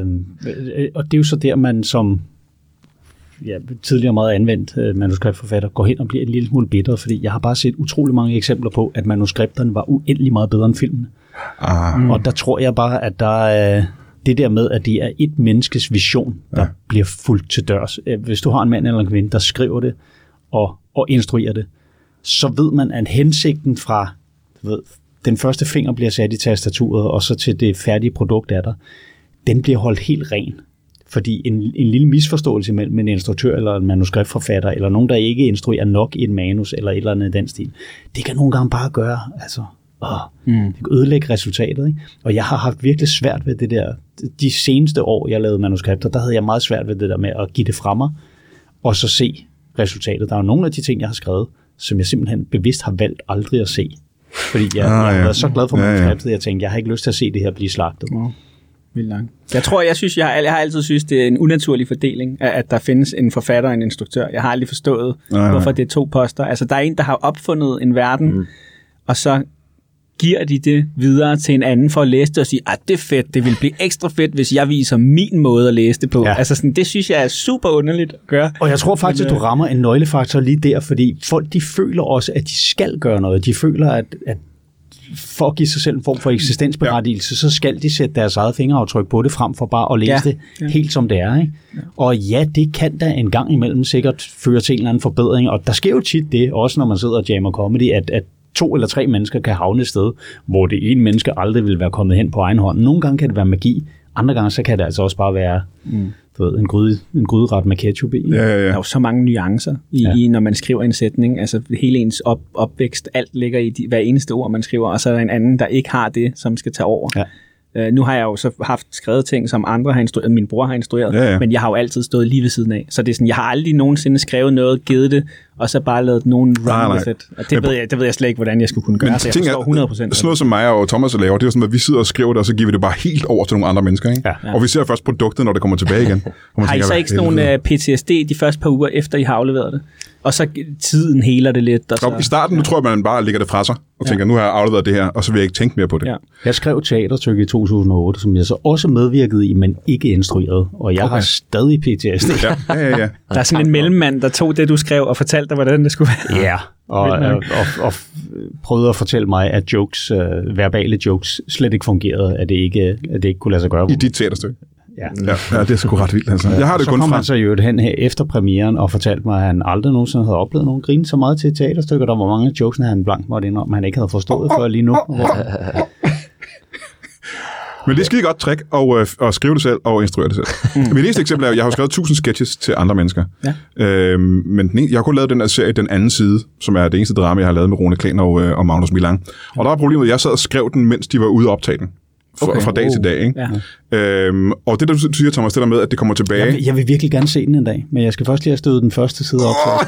Og det er jo så der, man som tidligere meget anvendt manuskriptforfatter går hen og bliver en lille smule bitter, fordi jeg har bare set utrolig mange eksempler på, at manuskripterne var uendelig meget bedre end filmene. Og der tror jeg bare, at der er det der med, at det er et menneskes vision, der bliver fulgt til dørs. Hvis du har en mand eller en kvinde, der skriver det og instruerer det, så ved man, at hensigten fra den første finger bliver sat i tastaturet, og så til det færdige produkt af der, den bliver holdt helt ren. Fordi en lille misforståelse mellem en instruktør eller en manuskriptforfatter, eller nogen, der ikke instruerer nok i et manus, eller et eller andet i den stil, det kan nogle gange bare gøre, det kan ødelægge resultatet. Ikke? Og jeg har haft virkelig svært ved det der, de seneste år, jeg lavede manuskripter, der havde jeg meget svært ved det der med at give det fra mig, og så se resultatet. Der er jo nogle af de ting, jeg har skrevet, som jeg simpelthen bevidst har valgt aldrig at se. Fordi jeg har været så glad for manuskriptet, at jeg tænkte, jeg har ikke lyst til at se det her blive slagtet. Vildt langt. Jeg har altid synes, det er en unaturlig fordeling, at der findes en forfatter og en instruktør. Jeg har aldrig forstået, hvorfor det er 2 poster. Altså, der er en, der har opfundet en verden, og så giver de det videre til en anden for at læse det og sige, det er fedt, det vil blive ekstra fedt, hvis jeg viser min måde at læse det på. Ja. Altså sådan, det synes jeg er super underligt at gøre. Og jeg tror faktisk, at du rammer en nøglefaktor lige der, fordi folk, de føler også, at de skal gøre noget. De føler, at for at give sig selv en form for eksistensberettigelse, så skal de sætte deres eget fingeraftryk på det, frem for bare at læse det helt som det er. Ikke? Ja. Og det kan da en gang imellem sikkert føre til en eller anden forbedring, og der sker jo tit det, også når man sidder og jammer comedy, at 2 eller 3 mennesker kan havne et sted, hvor det ene menneske aldrig vil være kommet hen på egen hånd. Nogle gange kan det være magi, andre gange så kan det altså også bare være en gryderet med ketchup i. Ja. Der er jo så mange nuancer i når man skriver en sætning. Altså hele ens opvækst, alt ligger i hver eneste ord, man skriver, og så er der en anden, der ikke har det, som skal tage over. Ja. Nu har jeg jo så haft skrevet ting, som andre har instrueret, min bror har instrueret, men jeg har jo altid stået lige ved siden af. Så det er sådan, jeg har aldrig nogensinde skrevet noget, givet det, og så bare lavet nogen run Nej. with it. Og det ved jeg slet ikke, hvordan jeg skulle kunne gøre, så jeg forstår 100%. Sådan noget som mig og Thomas laver, det er jo sådan, at vi sidder og skriver det, og så giver vi det bare helt over til nogle andre mennesker, ikke? Ja. Og vi ser først produktet, når det kommer tilbage igen. Har I så ikke sådan nogle PTSD de første par uger, efter I har afleveret det? Og så tiden heler det lidt? Og så... I starten, nu tror jeg, man bare lægger det fra sig, og tænker, nu har jeg afleveret det her, og så vil jeg ikke tænke mere på det. Ja. Jeg skrev et teaterstykke i 2008, som jeg så også medvirkede i, men ikke instrueret. Og jeg har stadig PTSD. Ja. Der er sådan en mellemmand, der tog det, du skrev, og fortalte dig, hvordan det skulle være. Ja, og prøvede at fortælle mig, at jokes, verbale jokes slet ikke fungerede, at det ikke kunne lade sig gøre. I dit teaterstykke. Ja. Ja, det er sgu ret vildt. Altså. Jeg har det så kun kom fra... han så jo hen her efter premieren og fortalte mig, at han aldrig nogensinde havde oplevet nogen grine så meget til et teaterstykke, og der var mange af jokesene, han blankt måtte indrømme, han ikke havde forstået før lige nu. Men det er skide godt trick at skrive det selv og instruere det selv. Mit eneste eksempel er, at jeg har skrevet 1000 sketches til andre mennesker. Ja. Men jeg har kun lavet den her serie, Den Anden Side, som er det eneste drama, jeg har lavet med Rune Klan og Magnus Milang. Og der er problemet, at jeg sad og skrev den, mens de var ude at optage den. Fra dag til dag, ikke? Ja. Og det, der du siger, Thomas, det der med, at det kommer tilbage... Jeg vil virkelig gerne se den en dag, men jeg skal først lige have stødet den første side op.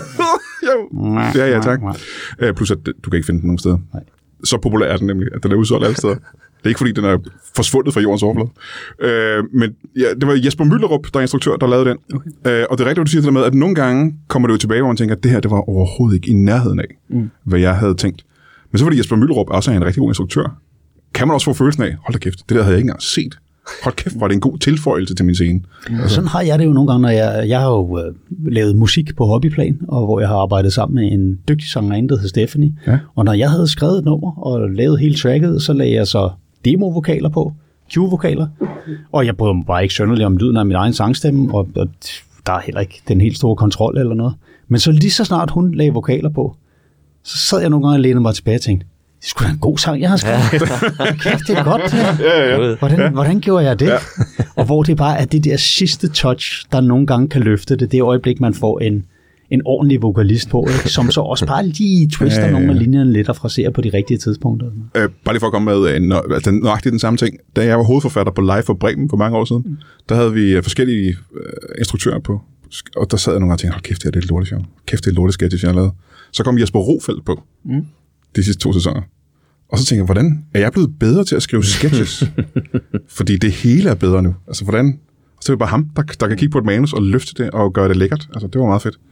Ja, tak. Plus, at du kan ikke finde den nogen steder. Nej. Så populær er den nemlig, at den er udsolgt alle steder. Det er ikke, fordi den er forsvundet fra jordens overflade. Men ja, det var Jesper Møllerup, der er instruktør, der lavede den. Okay. Og det er rigtigt, hvad du siger det med, at nogle gange kommer det jo tilbage, hvor man tænker, at det her, det var overhovedet ikke i nærheden af, hvad jeg havde tænkt. Men så fordi Jesper Møllerup også er en rigtig god instruktør, kan man også få følelsen af, hold da kæft, det der havde jeg ikke engang set. Hold kæft, var det en god tilføjelse til min scene. Altså. Sådan har jeg det jo nogle gange, når jeg har jo lavet musik på hobbyplan, og hvor jeg har arbejdet sammen med en dygtig sangerinde, der hedder Stephanie. Ja. Og når jeg havde skrevet et nummer og lavet hele tracket, så lagde jeg så demo-vokaler på, cue-vokaler, og jeg bryder mig bare ikke sønderligt om lyden af min egen sangstemme, og der er heller ikke den helt store kontrol eller noget. Men så lige så snart hun lagde vokaler på, så sad jeg nogle gange og lænede mig tilbage og tænkte, det skulle da en god sang, jeg har skrevet. Kæft, det er godt. Ja. Hvordan gjorde jeg det? Ja. Og hvor det bare er det der sidste touch, der nogle gange kan løfte det. Det øjeblik, man får en ordentlig vokalist på, ikke? Som så også bare lige twister nogle af linjerne lidt og fraserer på de rigtige tidspunkter. Bare lige for at komme med nøjagtigt den samme ting. Da jeg var hovedforfatter på Live for Bremen for mange år siden, der havde vi forskellige instruktører på, og der sad jeg nogle gange og tænkte, hold kæft, det er et lorteshow. Kæft, det er et lortesketch, jeg har lavet. Så kom Jesper Rofeldt på. De sidste 2 sæsoner. Og så tænker jeg, hvordan er jeg blevet bedre til at skrive sketches? Fordi det hele er bedre nu. Altså, hvordan? Så er det bare ham, der kan kigge på et manus og løfte det og gøre det lækkert. Altså, det var meget fedt.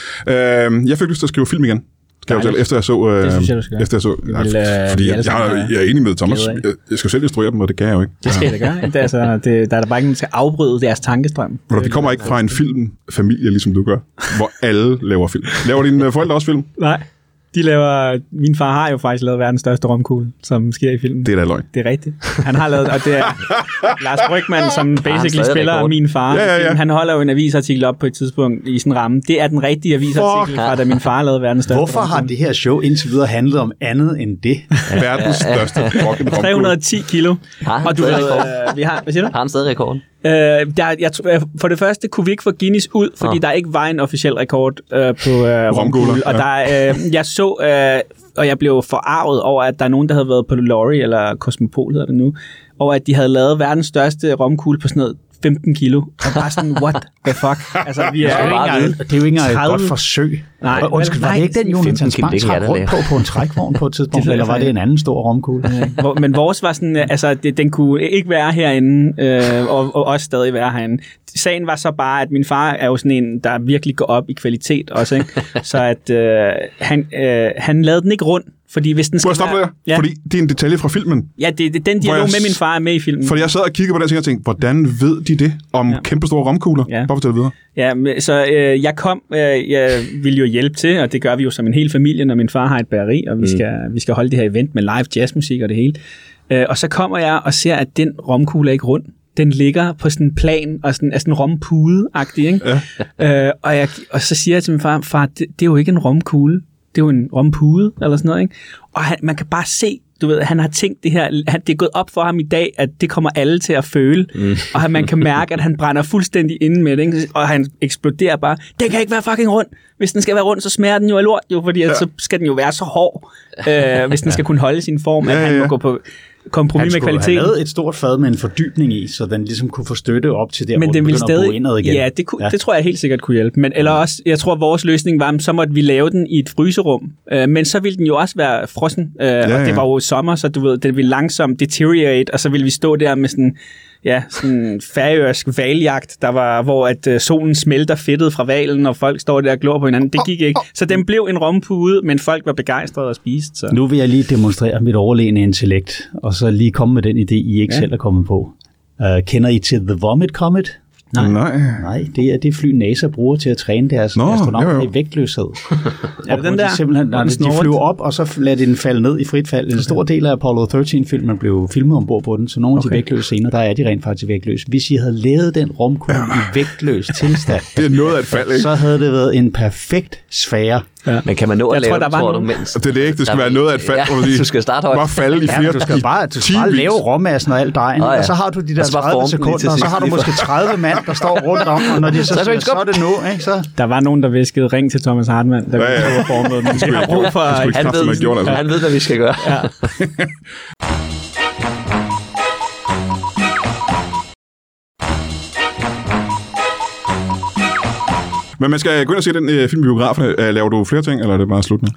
Jeg fik lyst til at skrive film igen. Efter jeg så... det synes jeg, du skal. Efter jeg så... Fordi jeg er enig med Thomas. Jeg skal selv instruere dem, og det kan jeg jo ikke. Det skal jeg da gøre. Der er der bare ikke, man skal afbryde deres tankestrøm. Vi kommer ikke fra en filmfamilie, ligesom du gør, hvor alle laver film. Laver dine forældre også film? Nej. De laver... Min far har jo faktisk lavet verdens største romkugle, som sker i filmen. Det er da løgn. Det er rigtigt. Han har lavet... Og det er Lars Brygmann, som basically spiller min far. Ja. Han holder jo en avisartikel op på et tidspunkt i sådan en ramme. Det er den rigtige avisartikel fra, da min far lavede verdens største Hvorfor romkugle. Har det her show indtil videre handlet om andet end det? Verdens største romkugle. 310 kilo. Og du ved, vi har... Hvad siger du? Har han stadig rekorden? For det første kunne vi ikke få Guinness ud, fordi der ikke var en officiel rekord på romkugle. Og jeg så, og jeg blev forarvet over, at der er nogen, der havde været på Lorry, eller Cosmopol hedder det nu, over at de havde lavet verdens største romkugle på sådan noget 15 kilo. Og bare sådan, what the fuck? Altså, det er jo ikke engang et godt forsøg. Nej, undskyld, var det ikke den Jonathan Spang trak rundt på en trækvogn på et tidspunkt, eller var det en anden stor romkugle? Men vores var sådan, altså, den kunne ikke være herinde, og også stadig være herinde. Sagen var så bare, at min far er jo sådan en, der virkelig går op i kvalitet også, ikke? Så at han lavede den ikke rundt. Fordi hvis den skal være... Fordi det er en detalje fra filmen. Ja, det er den dialog med min far er med i filmen. Fordi jeg sad og kiggede på den ting og tænkte, hvordan ved de det om kæmpestore romkugler? Bare fortæl videre. Ja, så jeg ville jo hjælpe til, og det gør vi jo som en hel familie, når min far har et bageri, og vi skal holde det her event med live jazzmusik og det hele. Og så kommer jeg og ser, at den romkugle er ikke rund. Den ligger på sådan en plan, og sådan, er sådan rompude-agtig, ikke? Ja. Og så siger jeg til min far, det er jo ikke en romkugle. Det er jo en rompude, eller sådan noget, ikke? Og man kan bare se, du ved, han har tænkt det her, det er gået op for ham i dag, at det kommer alle til at føle, og man kan mærke, at han brænder fuldstændig inde med det, ikke? Og han eksploderer bare, den kan ikke være fucking rund. Hvis den skal være rund, så smager den jo af lort, fordi så skal den jo være så hård, hvis den skal kunne holde sin form, at han må gå på kompromis med kvaliteten. Han skulle have lavet et stort fad med en fordybning i, så den ligesom kunne få støtte op til der, men hvor den den ville begynder at bo indad igen. Ja, det tror jeg helt sikkert kunne hjælpe. Men eller også, jeg tror, vores løsning var, så måtte vi lave den i et fryserum. Men så ville den jo også være frossen. Og det var jo sommer, så du ved, den ville langsomt deteriorate, og så ville vi stå der med sådan færøsk hvaljagt, hvor at solen smelter fedtet fra hvalen, og folk står der og glor på hinanden. Det gik ikke. Så den blev en rompude, men folk var begejstrede og spiste. Så. Nu vil jeg lige demonstrere mit overlegne intellekt, og så lige komme med den idé, I ikke selv er kommet på. Kender I til The Vomit Comet? Nej, det er det fly, NASA bruger til at træne deres astronauter i vægtløshed. Den der? De flyver op, og så lader de den falde ned i frit fald. En stor del af Apollo 13-filmen blev filmet ombord på den, så nogle af de vægtløse scener, der er de rent faktisk vægtløse. Hvis I havde lavet den rumkugle i vægtløs tilstand, det er noget af et fald, ikke? Så havde det været en perfekt sfære. Ja. Men kan man nå at lave det, tror du, mens... Det er det ikke, det skal være noget af et fald. Ja, du skal starte højt. Bare falde i flere du skal bare lave råmassen og alt dejen, og så har du de der 30 sekunder, og så har du måske 30 mand, der står rundt om, og når de så er det nu, ikke? Så... Der var nogen, der viskede ring til Thomas Hartmann, da vi var formet, men det har brug for... Han ved, hvad vi skal gøre. Ja. Men man skal gå ind og se den film i biografen. Laver du flere ting, eller er det bare slut nu?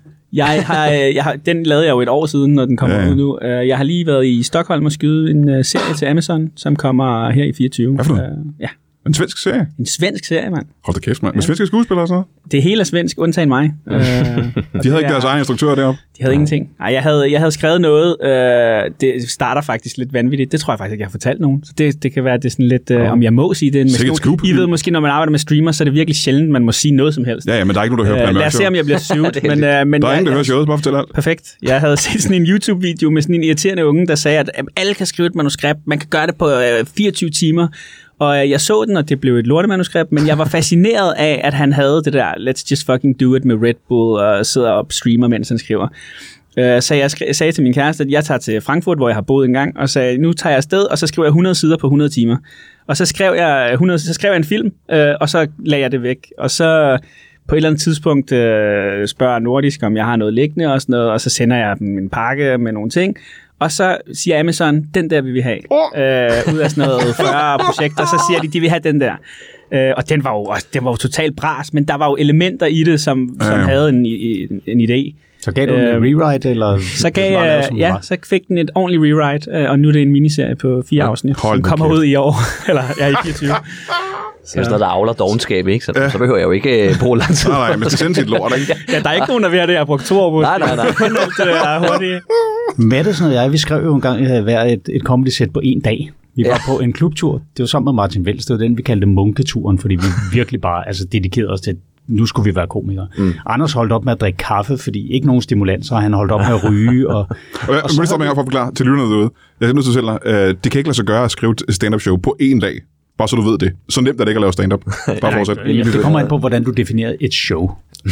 Den lavede jeg jo et år siden, når den kommer ud nu. Jeg har lige været i Stockholm og skyde en serie til Amazon, som kommer her i 24. Hvad for noget? En svensk serie? En svensk serie, mand. Hold da kæft, mand. Med svenske skuespillere og sådan noget? Det hele er svensk, undtagen mig. De havde ikke deres egen instruktør deroppe? De havde ingenting. Nej, jeg havde skrevet noget. Det starter faktisk lidt vanvittigt. Det tror jeg faktisk ikke, jeg har fortalt nogen. Så det kan være, det er sådan lidt, om jeg må sige det. I ved måske, når man arbejder med streamer, så er det virkelig sjældent, man må sige noget som helst. Ja, men der er ikke nogen, der hører på lad os se, om jeg bliver sued. men der er ingen, der hører showet. Bare fortæl alt. Perfekt. Jeg havde set sådan en YouTube-video med sådan en irriterende unge, der sagde, at alle kan skrive et manuskript. Man kan gøre det på 24 timer. Og jeg så den, og det blev et lortemanuskript, men jeg var fascineret af, at han havde det der, let's just fucking do it med Red Bull, og sidder og streamer, mens han skriver. Så jeg sagde til min kæreste, at jeg tager til Frankfurt, hvor jeg har boet en gang, og sagde, nu tager jeg afsted, og så skriver jeg 100 sider på 100 timer. Og så skrev jeg en film, og så lagde jeg det væk. Og så på et eller andet tidspunkt spørger Nordisk, om jeg har noget liggende og sådan noget, og så sender jeg dem en pakke med nogle ting. Og så siger Amazon, den der vil vi have. Ud af sådan noget 40 projekter, så siger de vil have den der. Og den var jo totalt bras, men der var jo elementer i det, som havde en idé. Så gav du en rewrite, eller? Så fik den et ordentligt rewrite, og nu er det en miniserie på 4 afsnit, som kommer ud i år, eller i 24. Det er sådan noget, der avler dovenskab, ikke? Så behøver jeg jo ikke bruge lang tid. Nej, men det sender sit lort, ikke? Ja, der er ikke nogen, der vil have det. Jeg har brugt 2 år på det. Nej. Det er hurtigt. Madsen og jeg, vi skrev jo engang hver et comedy-sæt på 1 dag. Vi var på en klubtur. Det var sammen med Martin Welst. Det var den, vi kaldte munketuren, fordi vi virkelig bare dedikerede os til, nu skulle vi være komikere. Anders holdt op med at drikke kaffe, fordi ikke nogen stimulanser. Han holdt op med at ryge. Jeg må stoppe med at forklare til lytterne derude. Jeg er nødt til at selv, det kan ikke lade sig gøre at skrive et stand-up show på 1 dag. Bare så du ved det. Så nemt er det ikke at lave stand-up. Bare fortsæt. Det kommer ind på, hvordan du definerer et show.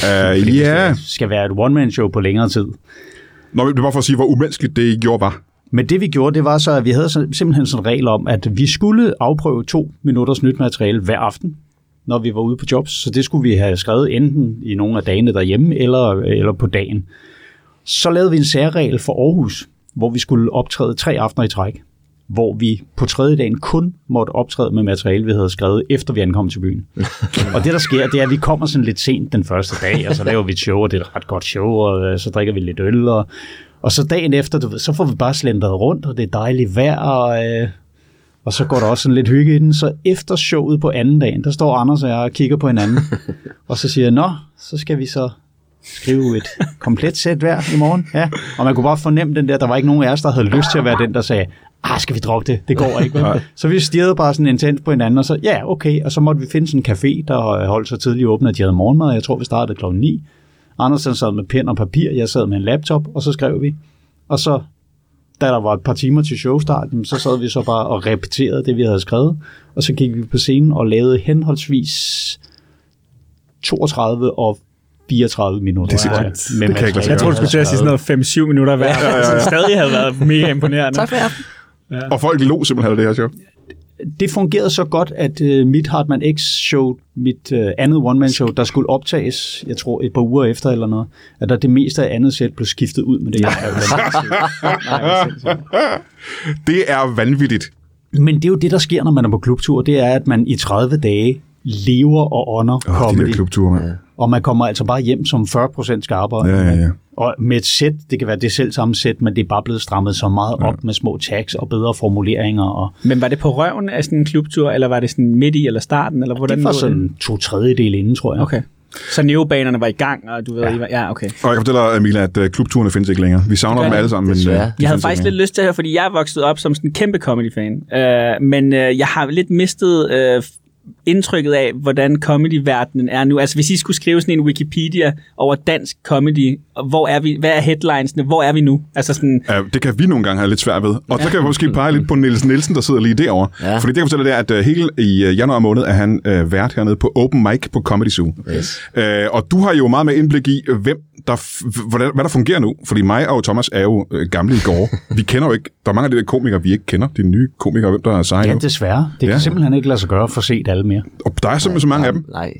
Det skal være et one-man-show på længere tid. Nå, det er bare for at sige, hvor umenneskeligt det I gjorde var. Men det vi gjorde, det var så, at vi havde simpelthen sådan en regel om, at vi skulle afprøve 2 minutters nyt materiale hver aften, når vi var ude på jobs. Så det skulle vi have skrevet enten i nogle af dagene derhjemme, eller på dagen. Så lavede vi en særregel for Aarhus, hvor vi skulle optræde 3 aftener i træk, hvor vi på 3. dagen kun måtte optræde med materiale, vi havde skrevet, efter vi ankom til byen. Og det, der sker, det er, at vi kommer sådan lidt sent den første dag, og så laver vi et show, og det er et ret godt show, og så drikker vi lidt øl, og så dagen efter, du ved, så får vi bare slendret rundt, og det er dejligt vejr, og så går der også sådan lidt hygge i den. Så efter showet på 2. dagen, der står Anders og jeg og kigger på hinanden, og så siger jeg, nå, så skal vi så skrive et komplet sæt hver i morgen. Ja. Og man kunne bare fornemme den der var ikke nogen af os, der havde lyst til at være den, der sagde, skal vi droppe det? Det går ikke. Så vi stirrede bare sådan intens på hinanden, og så, ja, okay. Og så måtte vi finde sådan en café, der holdt så tidligt åbent, at de havde morgenmad. Jeg tror, vi startede kl. 9. Anders sad med pen og papir, jeg sad med en laptop, og så skrev vi. Og så, da der var et par timer til showstart, så sad vi så bare og repeterede det, vi havde skrevet. Og så gik vi på scenen og lavede henholdsvis 32 og 34 minutter. Det er sindssygt. Jeg tror, du skulle til at sige sådan noget 5-7 minutter hver. Så stadig havde været mega imponerende. Tak for aften. Ja. Og folk lå simpelthen af det her show. det fungerede så godt, at mit Hartmann X-show, mit andet one-man-show, der skulle optages, jeg tror et par uger efter eller noget, at der det meste af andet sæt blev skiftet ud med det. Det er vanvittigt. Men det er jo det, der sker, når man er på klubtur. Det er, at man i 30 dage lever og ånder comedy. De der klubture, man. Og man kommer altså bare hjem som 40% skarpere. Ja. Og med et sæt, det kan være det selv samme sæt, men det er bare blevet strammet så meget op med små tags og bedre formuleringer. Og Men var det på røven af sådan en klubtur, eller var det sådan midt i eller starten? Eller hvordan det var sådan 2/3 inden, tror jeg. Okay. Så neobanerne var i gang, og du ved, ja, okay. Og jeg kan fortælle dig, Amelia, at klubturene findes ikke længere. Vi savner dem alle sammen. Men, jeg havde faktisk lidt lyst til at høre, fordi jeg er vokset op som sådan en kæmpe comedy-fan. Men jeg har lidt mistet indtrykket af, hvordan comedy-verdenen er nu. Altså, hvis I skulle skrive sådan en Wikipedia over dansk comedy, hvor er vi, hvad er headlinesene, hvor er vi nu? Altså sådan... Ja, det kan vi nogle gange have lidt svært ved. Og så kan jeg måske pege lidt på Niels Nielsen, der sidder lige derovre. Ja. Fordi det kan fortælle, det er, at hele i januar måned er han vært hernede på Open Mic på Comedy Zoo. Yes. Og du har jo meget med indblik i, hvad der fungerer nu. Fordi mig og Thomas er jo gamle i går. Vi kender jo ikke, der er mange af de der komikere, vi ikke kender. De nye komikere, hvem der er seje. Ja, desværre. Det kan simpelthen ikke lade sig gøre for set alle mere. Og der er simpelthen så mange af dem. Nej.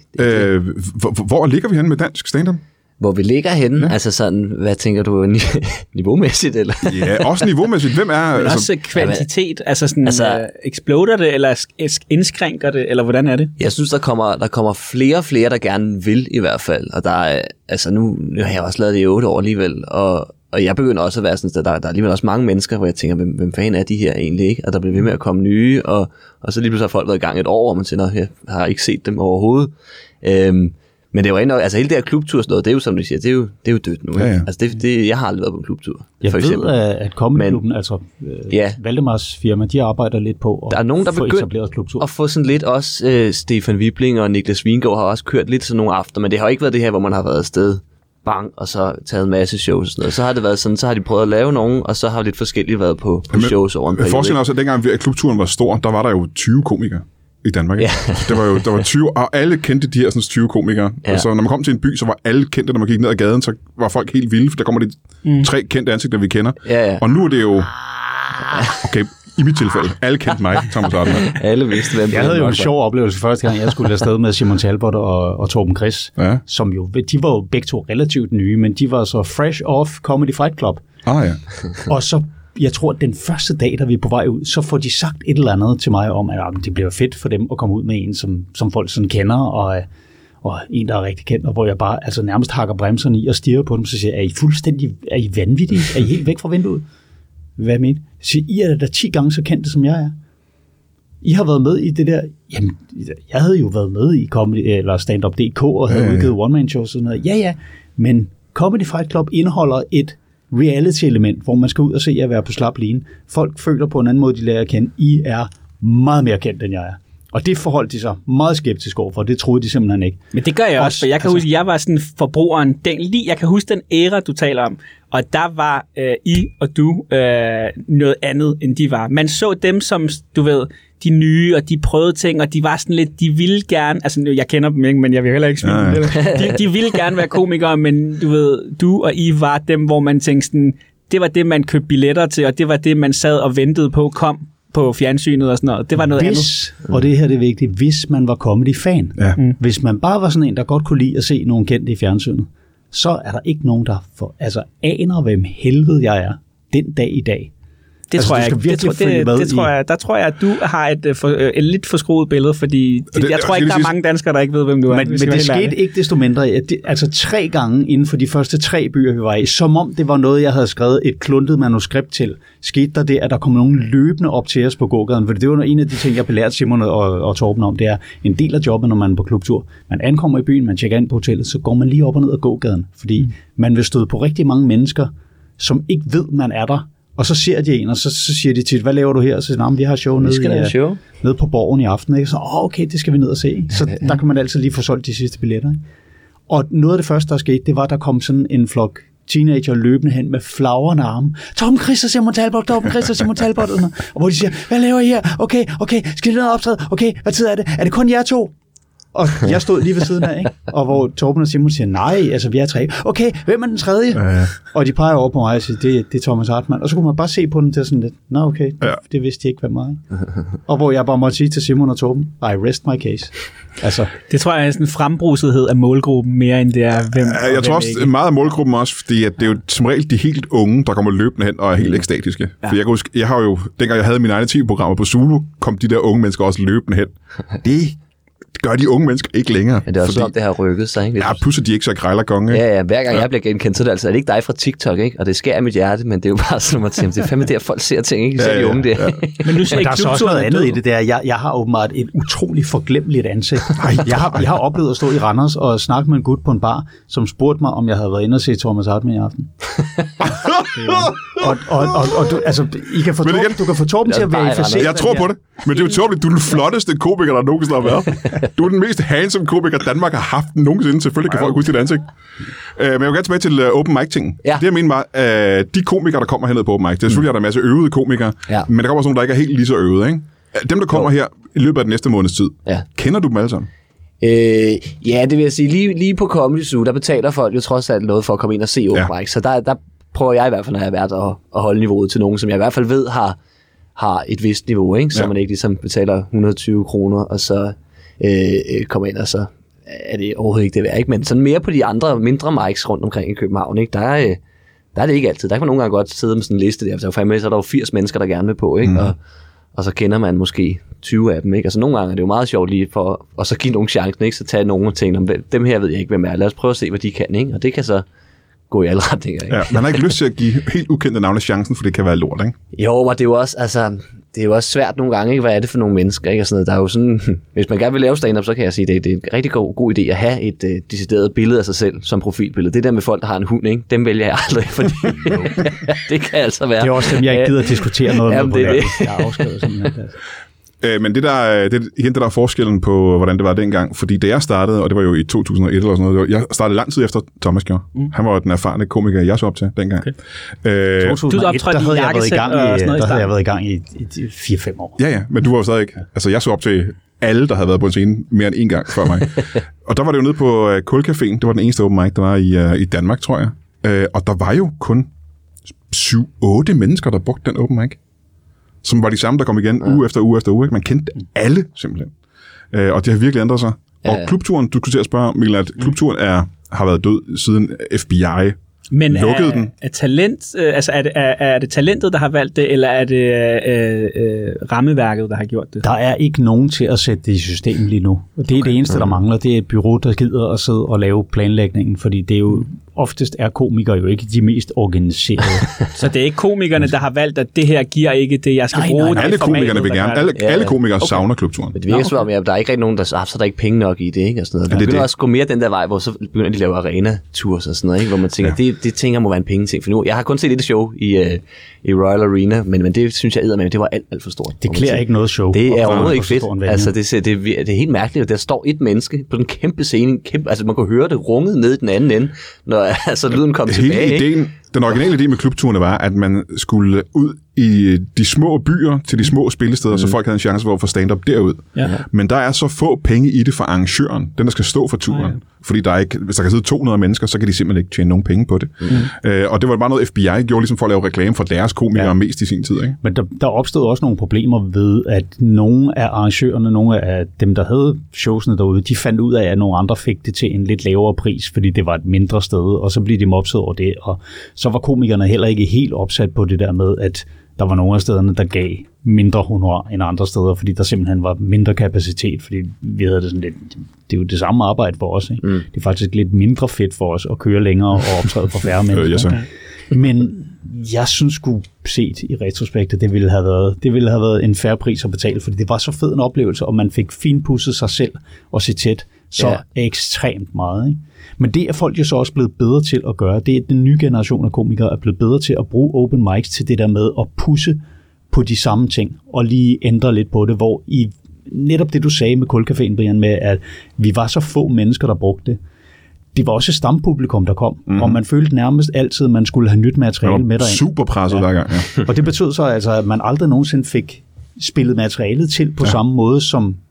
Hvor ligger vi henne med dansk stand-up? Hvor vi ligger henne? Ja. Altså sådan, hvad tænker du, niveaumæssigt? Eller? Ja, også niveaumæssigt. Hvem er... Men også kvantitet. Altså sådan, exploder det, eller indskrænker det, eller hvordan er det? Jeg synes, der kommer flere og flere, der gerne vil i hvert fald. Og der er, altså nu har jeg også lavet det i 8 år alligevel, og jeg begynder også at være sådan, der er alligevel også mange mennesker, hvor jeg tænker, hvem fanden er de her egentlig, ikke? Og der bliver ved med at komme nye, og så lige pludselig har folk været i gang et år, og man tænker, jeg har ikke set dem overhovedet. Men det er jo rent nok, altså hele det her klubtur og sådan noget, det er jo som du siger, det er jo dødt nu. Ja. Altså jeg har aldrig været på en klubtur. Jeg ved, at Comedyklubben, altså Valdemars firma, de arbejder lidt på at der er nogen, der få etableret klubtur. At få sådan lidt også, Stefan Wibling og Niklas Vingård har også kørt lidt sådan nogle aftener, men det har ikke været det her, hvor man har været afsted, bang, og så taget en masse shows og sådan noget. Så har det været sådan, så har de prøvet at lave nogen, og så har lidt forskelligt været på shows over en periode. Forskellen også, at dengang klubturen var stor, der var der jo 20 komikere i Danmark. Ja. Der var 20, og alle kendte de her sådan 20 komikere. Ja. Så når man kom til en by, så var alle kendte, når man gik ned ad gaden, så var folk helt vilde, for der kommer de 3 kendte ansigter, vi kender. Ja. Og nu er det jo... Okay, i mit tilfælde, alle kendte mig, Thomas Hartmann. Alle vidste, hvem jeg havde jo en sjov oplevelse første gang, jeg skulle afsted med Simon Talbot og Torben Chris, som jo, de var jo begge to relativt nye, men de var så fresh off Comedy Fight Club. Ja. Og så jeg tror, at den første dag, da vi er på vej ud, så får de sagt et eller andet til mig om, at det bliver fedt for dem at komme ud med en, som folk sådan kender, og en, der er rigtig kendt, og hvor jeg bare altså nærmest hakker bremserne i og stirrer på dem, så siger jeg, er I vanvittige? Er I helt væk fra vinduet? Hvad mener I? Så siger, I er da 10 gange så kendte, som jeg er. I har været med i det der... Jamen, jeg havde jo været med i Comedy, eller Stand-Up.dk og havde udgivet one-man-shows og sådan noget. Ja, men Comedy Fight Club indeholder et reality-element, hvor man skal ud og se jer være på slap line. Folk føler på en anden måde, de lærer at kende. I er meget mere kendt, end jeg er. Og det forholdt de sig meget skeptisk overfor. Det troede de simpelthen ikke. Men det gør jeg også, for jeg kan huske, at jeg var sådan forbrugeren. Jeg kan huske den æra, du taler om. Og der var I og du noget andet, end de var. Man så dem som, du ved, de nye, og de prøvede ting, og de var sådan lidt, de ville gerne, altså jeg kender dem ikke, men jeg vil heller ikke smide det. De ville gerne være komikere, men du ved, du og I var dem, hvor man tænkte sådan, det var det, man købte billetter til, og det var det, man sad og ventede på, kom på fjernsynet og sådan noget. Det var noget andet. Og det her det er vigtigt, hvis man var comedy-fan. Ja. Hvis man bare var sådan en, der godt kunne lide at se nogen kendte i fjernsynet, så er der ikke nogen, der aner, hvem helvede jeg er den dag i dag. Det altså, tror jeg ikke. Der tror jeg, at du har et lidt forskruet billede, fordi jeg tror ikke, der er mange danskere, der ikke ved, hvem du er. Men det skete ikke desto mindre. Altså 3 gange inden for de første 3 byer, vi var i, som om det var noget, jeg havde skrevet et kluntet manuskript til, skete der det, at der kom nogen løbende op til os på gågaden. For det var en af de ting, jeg belærte Simon og Torben om. Det er en del af jobbet, når man er på klubtur. Man ankommer i byen, man tjekker ind på hotellet, så går man lige op og ned ad gågaden. Fordi man vil støde på rigtig mange mennesker, som ikke ved, man er der. Og så ser de en, og så siger de til, hvad laver du her? Og så siger de, vi har show nede på Borgen i aften. Ikke? Så okay, det skal vi ned og se. Så der kan man altid lige få solgt de sidste billetter. Ikke? Og noget af det første, der skete, det var, at der kom sådan en flok teenager løbende hen med flagrende arme. Torben Chris og Simon Talbot. Og hvor de siger, hvad laver I her? Okay, skal I ned og optræde? Okay, hvad tid er det? Er det kun jer 2? Og jeg stod lige ved siden af, ikke? Og hvor Torben og Simon siger, nej, altså vi er 3. Okay, hvem er den tredje? Ja. Og de peger over på mig og siger, det er Thomas Hartmann. Og så kunne man bare se på den til sådan lidt, nå okay, det vidste de ikke, hvem mig. Og hvor jeg bare måtte sige til Simon og Torben, I rest my case. Altså. Det tror jeg er sådan en frembrusethed af målgruppen, mere end det er, hvem jeg tror også ikke. Meget af målgruppen også, fordi at det er jo som regel de helt unge, der kommer løbende hen og er helt ekstatiske. Ja. For jeg kan huske, jeg har jo, dengang jeg havde mine egne TV-programmer på Zulu, kom de der unge mennesker også løbende hen. Det gør de unge mennesker ikke længere. Men det er også sådan, det har rykket sig, ikke? Ja, pludselig de ikke så grejlergonge. Ja, hver gang jeg bliver genkendt, så er det altså, er det ikke dig fra TikTok, ikke? Og det skærer i mit hjerte, men det er jo bare sådan, at det er fandme der, folk ser ting, ikke? Så de unge der. Ja. Men nu der er så også noget andet i det der. Jeg har åbenbart et utroligt forglemmeligt ansigt. Jeg har oplevet at stå i Randers og snakke med en gut på en bar, som spurgte mig, om jeg havde været inde og se Thomas Hartmann i aften. Og du, altså, du kan få Torben til at være i facet. Jeg tror på det, men det er jo Torben, du er den flotteste komiker, der nogensinde har været. Du er den mest handsome komiker, Danmark har haft nogensinde. Selvfølgelig kan folk huske dit ansigt. Men jeg vil gerne tilbage til open mic-tingen. Ja. Det jeg mener var, de komikere, der kommer hernede på open mic, det er selvfølgelig, at der er en masse øvede komikere, men der kommer også nogle, der ikke er helt lige så øvede, ikke? Dem, der kommer her i løbet af den næste måneds tid, kender du dem alle sammen? Ja, det vil jeg sige. Lige på Comedy Zoo, der betaler folk jo trods alt noget for at komme ind og se open mic. Så der prøver jeg i hvert fald, når jeg har været at holde niveauet til nogen, som jeg i hvert fald ved har et vist niveau, ikke? Så man ikke ligesom betaler 120 kroner, og så kommer ind, og så er det overhovedet ikke det værd, ikke? Men sådan mere på de andre mindre mics rundt omkring i København, ikke? Der er det ikke altid. Der kan man nogle gange godt sidde med sådan en liste der. Så er der jo 80 mennesker, der gerne vil på, ikke? Og så kender man måske 20 af dem, ikke? Altså nogle gange er det jo meget sjovt lige for at så give nogen chancen, ikke? Så tage nogen og tænke, om dem her ved jeg ikke, hvem er. Lad os prøve at se, hvad de kan, ikke? Og det kan så gå i alle retninger, ikke? Ja, man har ikke lyst til at give helt ukendte navne chancen, for det kan være lort, ikke? Jo, men det er jo også, altså, det er jo også svært nogle gange, ikke? Hvad er det for nogle mennesker, ikke? Og sådan noget. Der er jo sådan, hvis man gerne vil lave stand-up, så kan jeg sige, det er en rigtig god idé at have et decideret billede af sig selv som profilbillede. Det der med folk, der har en hund, ikke? Dem vælger jeg aldrig, fordi det kan altså være. Det er også dem, jeg ikke gider at diskutere noget med på det. Jeg har afskrevet sådan noget. Men det der er forskellen på, hvordan det var dengang. Fordi da jeg startede, og det var jo i 2001 eller sådan noget, jeg startede lang tid efter Thomas gjorde. Han var den erfarne komiker, jeg så op til dengang. Okay. 2001, der havde jeg været i gang i 4-5 år. Ja, men du var jo stadig ikke. Altså, jeg så op til alle, der havde været på en scene mere end en gang før mig. Og der var det jo nede på Kulcaféen. Det var den eneste open mic, der var i Danmark, tror jeg. Og der var jo kun 7-8 mennesker, der brugte den open mic. Som var de samme, der kom igen uge efter uge efter uge. Ikke? Man kendte alle, simpelthen. Og det har virkelig ændret sig. Og klubturen, du skulle til at spørge, Mikkel, at klubturen har været død siden FBI lukkede den. Er det talentet, der har valgt det, eller er det rammeværket, der har gjort det? Der er ikke nogen til at sætte det i system lige nu. Det er det eneste, der mangler. Det er et bureau, der gider at sidde og lave planlægningen, fordi det er jo oftest er komikere jo ikke de mest organiserede. Så det er ikke komikerne, der har valgt, at det her giver ikke det, jeg skal bruge. Nej. Alle komikerne vil gerne. Alle komikere savner klubturen. Men det virker som om, at der er ikke rigtig nogen, der så er der ikke penge nok i det, ikke? Og sådan noget. Der begynder også at gå mere den der vej, hvor så begynder de at lave arena-tours og sådan noget, ikke? Hvor man tænker, det tænker må være en pengeting. For nu, jeg har kun set et show i Royal Arena, men det synes jeg eddermame, det var alt for stort. Det klæder ikke noget show. Det er overhovedet ikke fedt. Altså, det er helt mærkeligt, at der står et menneske på den kæmpe scene, altså man kunne høre det runget ned i den anden ende, når altså lyden kom tilbage. Den originale idé med klubturene var, at man skulle ud i de små byer til de små spillesteder, så folk havde en chance for at få stand-up derud. Ja. Men der er så få penge i det for arrangøren, den der skal stå for turen. Fordi der er ikke, hvis der kan sidde 200 mennesker, så kan de simpelthen ikke tjene nogen penge på det. Og det var bare noget, FBI gjorde ligesom for at lave reklame for deres komikere mest i sin tid. Ikke? Men der opstod også nogle problemer ved, at nogle af arrangørerne, nogle af dem, der havde showsene derude, de fandt ud af, at nogle andre fik det til en lidt lavere pris, fordi det var et mindre sted, og så blev de mopset over det. Og så var komikerne heller ikke helt opsat på det der med, at der var nogle af stederne, der gav mindre honorar end andre steder, fordi der simpelthen var mindre kapacitet, fordi vi havde det sådan lidt, det er jo det samme arbejde for os, ikke? Det er faktisk lidt mindre fedt for os at køre længere og optræde for færre mennesker. Men jeg synes sgu set i retrospektet, det ville have været en fair pris at betale, fordi det var så fed en oplevelse, og man fik finpudset sig selv og sit tæt så ekstremt meget, ikke? Men det er folk jo så også blevet bedre til at gøre. Det er den nye generation af komikere er blevet bedre til at bruge open mics til det der med at pusse på de samme ting og lige ændre lidt på det, hvor i netop det, du sagde med Kulcaféen, Brian, med at vi var så få mennesker, der brugte det. Det var også et stampublikum, der kom, og man følte nærmest altid, at man skulle have nyt materiale med derind. Super presset hver gang, Og det betød så altså, at man aldrig nogensinde fik spillet materialet til på samme måde, som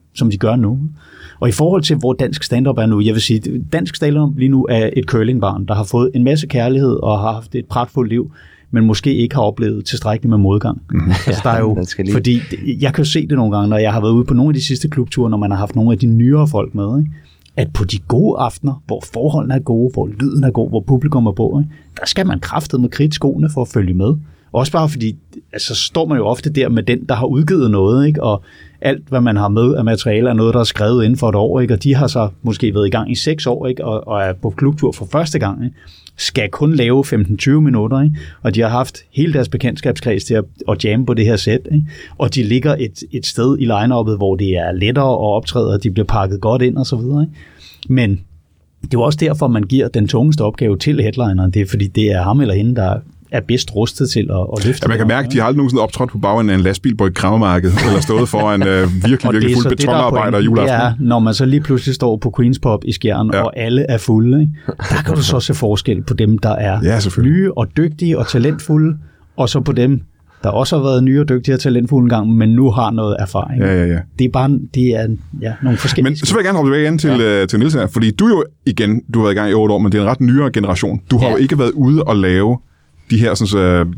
som de gør nu. Og i forhold til, hvor dansk stand-up er nu, jeg vil sige, dansk stand-up lige nu er et curlingbarn, der har fået en masse kærlighed og har haft et pragtfuldt liv, men måske ikke har oplevet tilstrækkeligt med modgang. Altså, der er jo, fordi jeg kan jo se det nogle gange, når jeg har været ude på nogle af de sidste klubture, når man har haft nogle af de nyere folk med, ikke? At på de gode aftener, hvor forholdene er gode, hvor lyden er god, hvor publikum er på, ikke? Der skal man kraftedeme kridte skoene for at følge med. Også bare fordi, altså står man jo ofte der med den, der har udgivet noget, ikke? Og alt, hvad man har med af materiale, er noget, der er skrevet inden for et år, ikke? Og de har så måske været i gang i 6 år, ikke? Og er på klubtur for første gang, ikke? Skal kun lave 15-20 minutter, ikke? Og de har haft hele deres bekendtskabskreds til at jamme på det her sæt, ikke? Og de ligger et sted i line-uppet, hvor det er lettere at optræde, og de bliver pakket godt ind og så videre, ikke? Men det er jo også derfor, man giver den tungeste opgave til headlineren. Det er fordi, det er ham eller hende, der er bedst rustet til at løfte. Ja, man kan mærke, at de har aldrig nogensinde optrådt på bagenden af en lastbil på et kræmmermarked, eller stået foran virkelig fuld betonarbejder juleaften. Det er, når man så lige pludselig står på Queens Pub i Skjern, og alle er fulde, ikke? Der kan du så se forskel på dem, der er nye og dygtige og talentfulde, og så på dem, der også har været nye og dygtige og talentfulde en gang, men nu har noget erfaring. Ja. Det er bare nogle forskellige. Men så vil jeg gerne hoppe tilbage igen til Niels her, fordi du jo igen, du har været i gang i 8 år, men det er en ret nyere generation. Du har jo ikke været ude og lave de her sådan,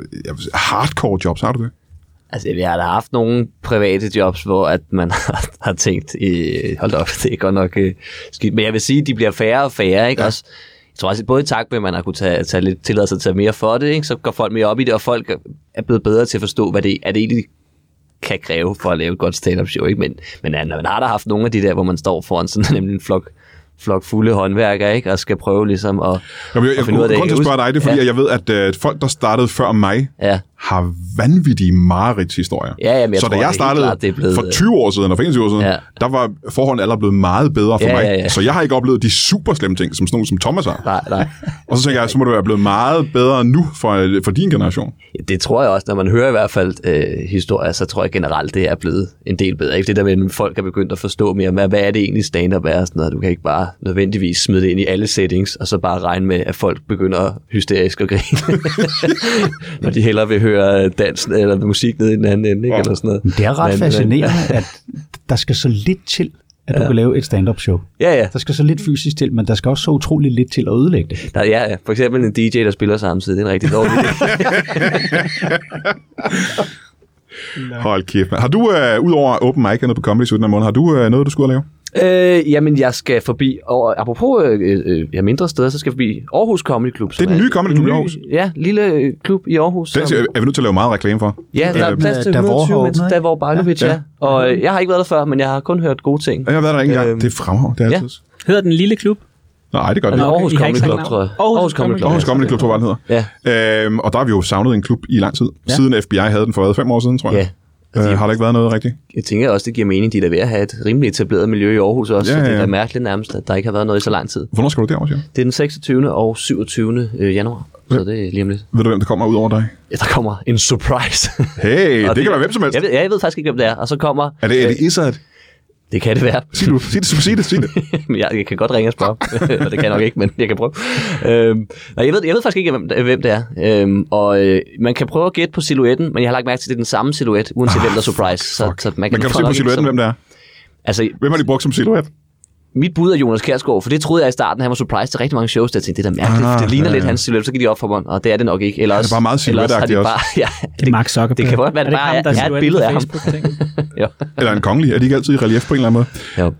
hardcore jobs, har du det? Altså, jeg har da haft nogle private jobs, hvor at man har tænkt, hold op, det er godt nok skidt. Men jeg vil sige, at de bliver færre og færre, ikke? Ja. Også, jeg tror også, både i takt med, at man har kunne tage lidt tilladelse at tage mere for det, ikke? Så går folk mere op i det, og folk er blevet bedre til at forstå, hvad det egentlig kan kræve for at lave et godt stand-up show, ikke? Men når man har da haft nogle af de der, hvor man står foran sådan nemlig en flok fulde håndværkere, ikke? Og skal prøve ligesom at finde ud af det. Grunden til at spørge dig, det er fordi, at jeg ved, at folk, der startede før mig, har vanvittige mareridtshistorier. Så da jeg startede for 20 år siden, og for 21 år siden, der var forholdene allerede blevet meget bedre for mig. Så jeg har ikke oplevet de super slemme ting, som sådan nogle som Thomas har. Nej. Og så tænker jeg, så må det være blevet meget bedre nu for din generation. Det tror jeg også, når man hører i hvert fald historier, så tror jeg generelt, det er blevet en del bedre. Ikke? Det der med, at folk er begyndt at forstå mere, hvad er det egentlig stand-up er, sådan noget. Du kan ikke bare nødvendigvis smide det ind i alle settings, og så bare regne med, at folk begynder hysterisk at grine, når de hellere vil høre dansen eller musik ned i den anden ende, ikke? Eller sådan noget. Det er ret fascinerende, at der skal så lidt til, at du kan lave et stand-up show. Ja. Der skal så lidt fysisk til, men der skal også så utroligt lidt til at ødelægge det. For eksempel en DJ, der spiller samtidig, det er en rigtig dårlig idé. Hold kæft. Har du, udover open mic på Comedy 17 af måneden, har du noget, du skulle lave? Jamen, jeg skal forbi, og apropos mindre steder, så skal jeg forbi Aarhus Comedy Club. Det er den nye Comedy Club i Aarhus? Ja, lille klub i Aarhus. Den er vi nødt til at lave meget reklame for. Ja, der er plads til 120 mennesker, der var Barkovic, Og jeg har ikke været der før, men jeg har kun hørt gode ting. Jeg har været der ikke engang. Det er fremragende, det er altid. Hedder den lille klub? Nej, det gør det ikke. Aarhus Comedy Club, tror jeg. Aarhus Comedy Club, tror jeg, den hedder. Og der har vi jo savnet en klub i lang tid. Siden FBI havde den for 5 år siden, tror jeg. Har der ikke været noget rigtigt? Jeg tænker også, det giver mening, de er ved at have et rimelig etableret miljø i Aarhus også, så det er da mærkeligt nærmest, at der ikke har været noget i så lang tid. Hvornår skal du derovre, siger? Det er den 26. og 27. januar, så det er lige om lidt. Ved du, hvem der kommer ud over dig? Ja, der kommer en surprise. Hey, det kan være hvem som helst. Jeg ved faktisk ikke, hvem det er, og så kommer... Er det Izzard? Det kan det være. Sig det. Jeg kan godt ringe og spørge, og det kan jeg nok ikke, men jeg kan prøve. Jeg ved faktisk ikke, hvem det er. Man kan prøve at gætte på silhuetten, men jeg har lagt mærke til, at det er den samme silhuet, uanset hvem der er surprise. Så man kan du se på silhuetten, hvem det er? Altså, hvem har de brugt som silhuet? Mit bud er Jonas Kjærsgaard, for det troede jeg i starten, han var surprise til rigtig mange shows, der tænkte, det er da mærkeligt, for det ligner lidt hans silhuet, så kan de op for mig, og det er det nok ikke. Ellers, det er bare meget silhuetagtigt også. Det er Mark Zuckerberg. Det kan godt være, det bare er et billede af ham. Eller en kongelig, er de ikke altid i relief på en eller anden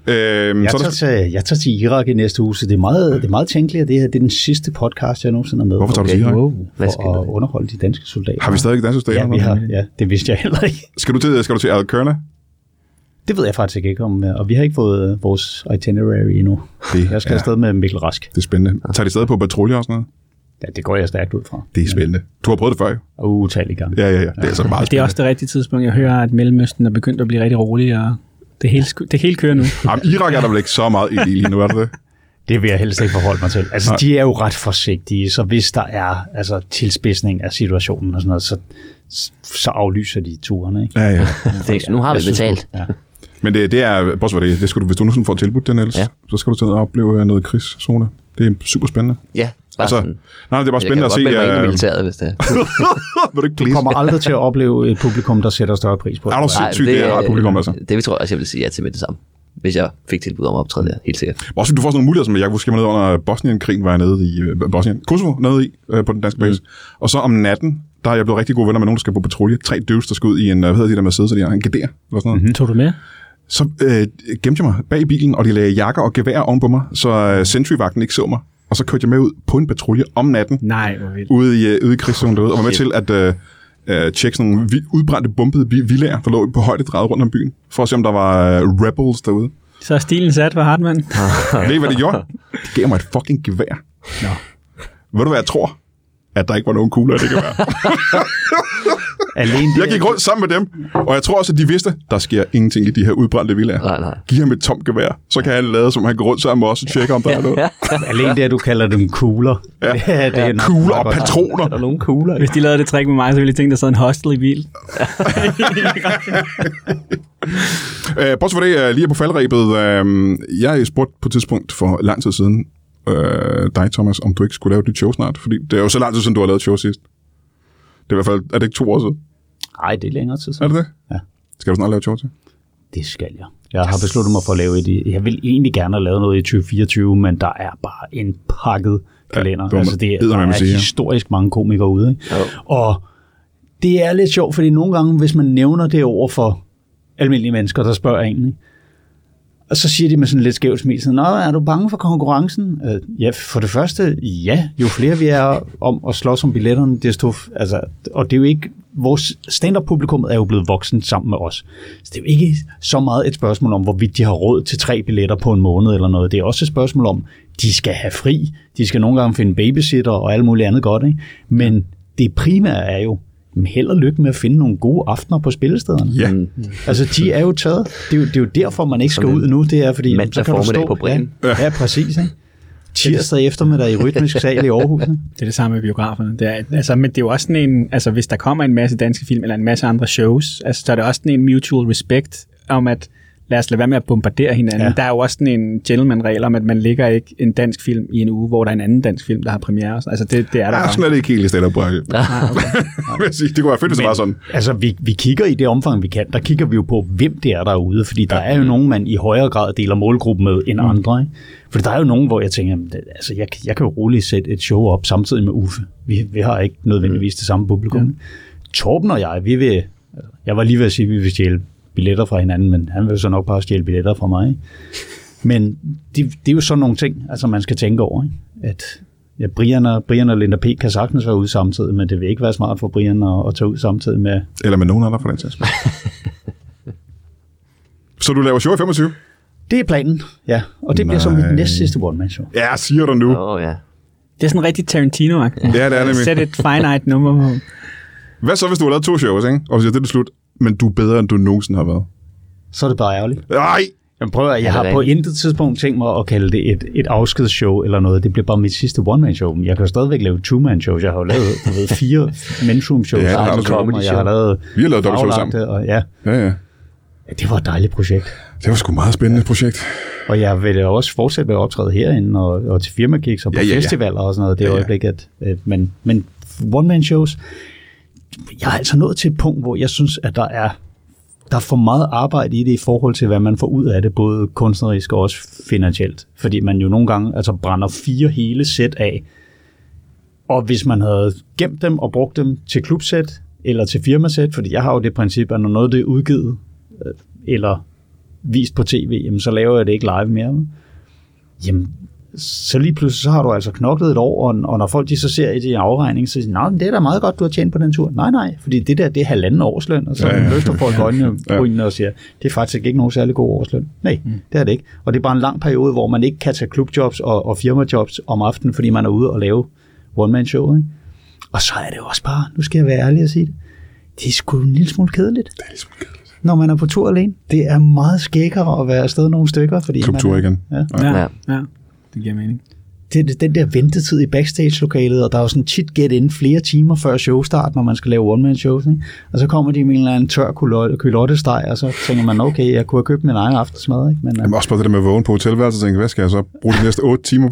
måde? Jeg tager til Irak i næste uge, så det er meget tænkeligt, at det her det er den sidste podcast, jeg nogensinde er med. Hvorfor tager du til Irak? For at underholde de danske soldater. Har vi stadig danske soldater? Ja, det vidste jeg heller ikke. Skal du til Al-Qurna? Det ved jeg faktisk ikke om, og vi har ikke fået vores itinerary endnu. Jeg skal afsted med Mikkel Rask. Det er spændende. Tager de stadig på patrulje og sådan noget? Ja, det går jeg stærkt ud fra. Det er spændende. Du har prøvet det før, jo? Utallige gange. Ja. Det er så meget spændende. Det er også det rigtige tidspunkt. Jeg hører, at Mellemøsten er begyndt at blive rigtig rolig, og det hele kører nu. Jamen, Irak er der vel ikke så meget i lige nu, er det det? Det vil jeg helst ikke forholde mig til. Altså, de er jo ret forsigtige, så hvis der er tilspidsning af situationen og sådan noget, så aflyser de turene, ikke? Ja. Nu har vi betalt. Ja. Men det er, hvis du nu sådan får tilbudt den ellers, så skal du tage og opleve noget krigszone. Det er super spændende. Ja. Altså, nej, det er bare spændende at se. Jeg kan godt melde mig ind i militæret, hvis det er. Vil du ikke Du kommer aldrig til at opleve et publikum, der sætter større pris på det. Er du sindssygt, det er et publikum, altså? Det tror jeg også, jeg vil sige ja til med det samme. Hvis jeg fik tilbud om at optræde der, helt sikkert. Også du får sådan nogle muligheder, som jeg husker ned under Bosnien-krigen, var jeg nede i Bosnien. Kosovo nede i, på den danske base. Og så om natten, der er jeg blevet rigtig gode venner med nogen, der skal på patrulje. 3 dudes, der skal ud i en, hvad hedder de der Mercedes, en GDR, eller sådan noget. Tog du med? Så gemte jeg mig bag i bilen, og de lagde jakker og gevær oven på mig, så Sentry-vagten ikke så mig. Og så kørte jeg med ud på en patrulje om natten. Nej, hvor vildt. Ude i krigszonen derude, og var med til at tjekke sådan nogle udbrændte, bombede villager, der lå på højdedraget rundt om byen, for at se, om der var rebels derude. Så er stilen sat for Hartmann. Ved I, hvad det gjorde? Det gav mig et fucking gevær. Nå. Ved du, hvad jeg tror? At der ikke var nogen kugler i det gevær. Jeg gik rundt sammen med dem, og jeg tror også, at de vidste, der sker ingenting i de her udbrændte villager. Nej. Giv ham et tomt gevær, så kan han lade, som han går rundt sammen med os og tjekker, om der er noget. Alene det, at du kalder dem kugler. Ja. Det er nok Kugler og godt. patroner. Er der nogle kugler? Hvis de lavede det trick med mig, så ville de tænke, der sad en hostel i bil. Bortset for det, lige på faldrebet. Jeg spurgte på et tidspunkt for lang tid siden, dig, Thomas, om du ikke skulle lave et nyt show snart. Fordi det er jo så lang tid siden, du har lavet et show sidst. Det er i hvert fald, er det ikke 2 år siden? Nej, det er længere tid siden. Er det det? Ja. Skal du snart lave et show til? Det skal jeg. Jeg har besluttet mig for at lave et. Jeg vil egentlig gerne have lavet noget i 2024, men der er bare en pakket kalender. Ja, altså, det er historisk mange komikere ude. Ikke? Og det er lidt sjovt, fordi nogle gange, hvis man nævner det over for almindelige mennesker, der spørger en, ikke? Og så siger de med sådan lidt skævt smil, sådan, nå, er du bange for konkurrencen? Ja, for det første, ja. Jo flere vi er om at slås om billetterne, desto... Altså, og det er jo ikke... Vores stand-up-publikum er jo blevet voksen sammen med os. Så det er jo ikke så meget et spørgsmål om, hvorvidt de har råd til 3 billetter på en måned eller noget. Det er også et spørgsmål om, de skal have fri. De skal nogle gange finde babysitter og alt muligt andet godt, ikke? Men det primære er jo, held og lykke med at finde nogle gode aftener på spillestederne. Ja. Altså, de er jo taget. Det er jo derfor, man ikke skal ud nu. Det er, fordi mandag så kan du stå på Bremen. Ja, præcis. Ikke? Tirsdag eftermiddag i Rytmisk Sal i Aarhus. Ikke? Det er det samme med biograferne. Det er, altså, men det er jo også sådan en... Altså, hvis der kommer en masse danske film eller en masse andre shows, altså, så er det også sådan en mutual respect om, at lad os lade være med at bombardere hinanden. Ja. Der er jo også sådan en gentleman-regel om, at man lægger ikke en dansk film i en uge, hvor der er en anden dansk film, der har premiere. Altså, det er der bare. Sådan er det ikke helt i stedet af det kunne være fedt, hvis det var sådan. Altså, vi kigger i det omfang, vi kan. Der kigger vi jo på, hvem det er derude, fordi der er jo nogen, man i højere grad deler målgruppen med end andre. Ikke? For der er jo nogen, hvor jeg tænker, altså, jeg kan jo roligt sætte et show op samtidig med Uffe. Vi har ikke nødvendigvis det samme publikum. Torben og jeg, jeg var lige ved at sige, at vi vil stjæle billetter fra hinanden, men han vil jo så nok bare stjæle billetter fra mig. Ikke? Men det er jo sådan nogle ting, altså man skal tænke over, ikke? At ja, Brian og Linda P. kan sagtens være ude samtidig, men det vil ikke være smart for Brian at tage ud samtidig med... Eller med nogen andre for den sags. Så du laver show i 25? Det er planen, ja. Og det bliver som mit næst sidste one-man-show. Ja, siger du nu. Ja. Det er sådan rigtig Tarantino-agtigt. Ja, det er nemlig. Sæt et finite nummer på. Hvad så, hvis du har lavet 2 shows, ikke? Og så siger, det er slut, men du er bedre, end du nogensinde har været? Så er det bare ærgerligt. Nej! Jeg prøver, jeg har på intet tidspunkt tænkt mig at kalde det et afskedsshow eller noget. Det bliver bare mit sidste one-man-show. Jeg kan jo stadigvæk lave 2-man-shows. Jeg har jo lavet 4 men's-room-shows. Ja, jeg har lavet... Vi har lavet dobbelt-show sammen. Og ja. Det var et dejligt projekt. Det var sgu meget spændende projekt. Og jeg vil også fortsætte med at optræde herinde og til firmagigs og på festivaler og sådan noget. Det er øjeblik, men one-man-shows... Jeg er altså nået til et punkt, hvor jeg synes, at der er for meget arbejde i det i forhold til, hvad man får ud af det, både kunstnerisk og også finansielt. Fordi man jo nogle gange altså brænder 4 hele sæt af. Og hvis man havde gemt dem og brugt dem til klubsæt eller til firmasæt, fordi jeg har jo det princip, at når noget det er udgivet eller vist på tv, jamen, så laver jeg det ikke live mere. Jamen, så lige pludselig så har du altså knoklet et år, og når folk de så ser i din afregning, så siger de, nej, det er da meget godt, du har tjent på den tur. Nej, fordi det der, det er 1,5 årsløn, og så løfter folk øjnene og siger, det er faktisk ikke nogen særlig god årsløn. Nej, det er det ikke. Og det er bare en lang periode, hvor man ikke kan tage klubjobs og firmajobs om aftenen, fordi man er ude og lave one-man-show. Ikke? Og så er det også bare, nu skal jeg være ærlig og sige det, det er sgu en lille smule kedeligt. Det er lidt smule kedeligt. Når man er på tur alene. Det er meget skækkere at være afsted nogle stykker. Fordi klubtur igen. Ja. Det giver mening. Det er den der ventetid i backstage-lokalet, og der er jo sådan tit get-in flere timer før showstart, når man skal lave one-man-shows. Ikke? Og så kommer de med en eller anden tør culottesteg, og så tænker man, okay, jeg kunne have købt min egen aftensmad. Ikke? Men, Jamen også bare det der med at vågne på hotelværelset, og tænke, hvad skal jeg så bruge de næste 8 timer på?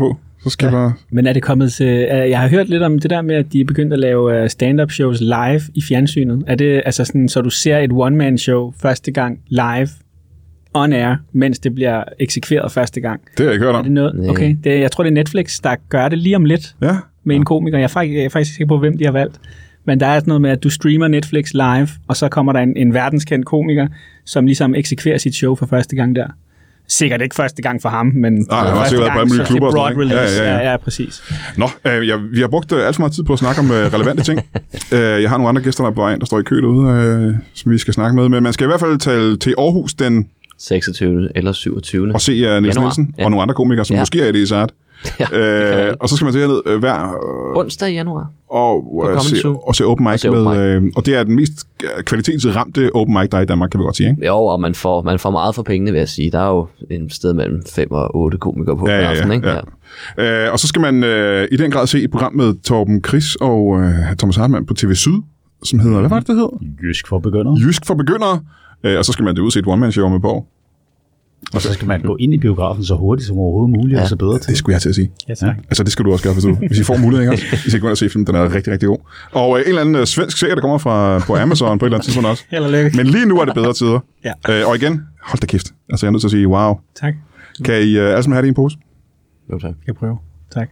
Så skal bare... Men er det kommet til... Jeg har hørt lidt om det der med, at de er begyndt at lave stand-up shows live i fjernsynet. Er det altså sådan, så du ser et one-man-show første gang live on air, mens det bliver eksekveret første gang? Det har jeg ikke hørt om. Er det noget? Okay, jeg tror, det er Netflix, der gør det lige om lidt med en komiker. Jeg er faktisk ikke sikker på, hvem de har valgt. Men der er sådan noget med, at du streamer Netflix live, og så kommer der en verdenskendt komiker, som ligesom eksekverer sit show for første gang der. Sikkert ikke første gang for ham, men første gang så til broad release. Ja, præcis. Nå, vi har brugt alt for meget tid på at snakke om relevante ting. Jeg har nogle andre gæster, der er på vejen, der står i kø derude, som vi skal snakke med. Men man skal i hvert fald tage til Aarhus den 26. eller 27. Og se Niels Nielsen og nogle andre komikere, som måske er i det i Sart. Og så skal man se herned hver onsdag i januar og se open mic med, og det er den mest kvalitetsramte open mic, der er i Danmark, kan vi godt sige, ikke? Jo, og man får meget for pengene, vil jeg sige. Der er jo en sted mellem 5 og 8 komikere på aften, ikke? Ja. Og så skal man i den grad se et program med Torben Chris og Thomas Hartmann på TV Syd, som hedder, hvad var det hedder? Jysk for begyndere. Jysk for begyndere. Og så skal man ud se et one-man-show med Borg. Og så skal man gå ind i biografen så hurtigt som overhovedet muligt, og så bedre til. Det skulle jeg til at sige. Ja, tak. Altså, det skal du også gøre, hvis I får mulighed, ikke? Hvis I går ind og se filmen, den er rigtig, rigtig god. Og en eller anden svensk serie, der kommer på Amazon på et eller andet tidspunkt også. Held og lykke. Men lige nu er det bedre tider. Ja. Og igen, hold da kæft. Altså, jeg er nødt til at sige, wow. Tak. Kan I alle sammen have det i en pose? Jo, tak. Jeg prøver. Tak.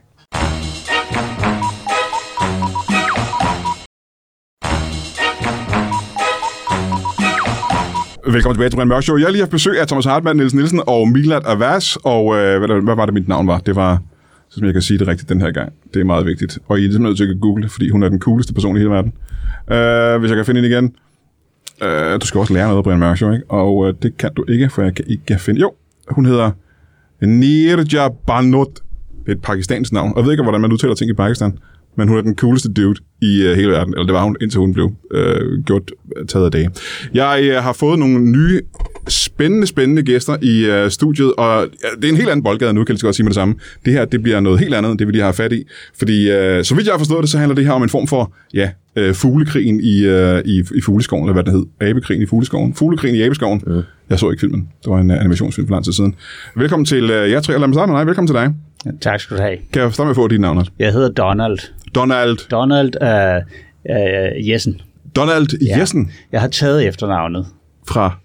Velkommen tilbage til Brian Mørk Show. Jeg har lige haft besøg af Thomas Hartmann, Niels Nielsen og Milad Avas. Og hvad var det, mit navn var? Det var, som jeg kan sige det rigtigt den her gang. Det er meget vigtigt. Og I er simpelthen nødt til at google, fordi hun er den cooleste person i hele verden. Hvis jeg kan finde hende igen. Du skal også lære noget af Brian Mørk Show, ikke? Og det kan du ikke, for jeg kan ikke finde... Jo, hun hedder Nirja Banot. Det er et pakistansk navn. Og jeg ved ikke, hvordan man udtaler ting i Pakistan. Men hun er den cooleste dude i hele verden. Eller det var hun, indtil hun blev taget af dage. Jeg har fået nogle nye, spændende gæster i studiet, og det er en helt anden boldgade nu, kan jeg godt sige med det samme. Det her, det bliver noget helt andet, end det vi lige har fat i. Fordi, så vidt jeg har forstået det, så handler det her om en form for, fuglekrigen i fugleskoven, eller hvad det hed. Abekrigen i fugleskoven. Fuglekrigen i abeskoven. Jeg så ikke filmen. Det var en animationsfilm for lang tid siden. Velkommen til jer tre, og lad mig starte med dig. Velkommen til dig. Ja, tak skal du have. Kan jeg starte med at få dit navn også? Jeg hedder Donald. Donald Jessen. Donald Jessen? Jeg har taget efternavnet. Fra?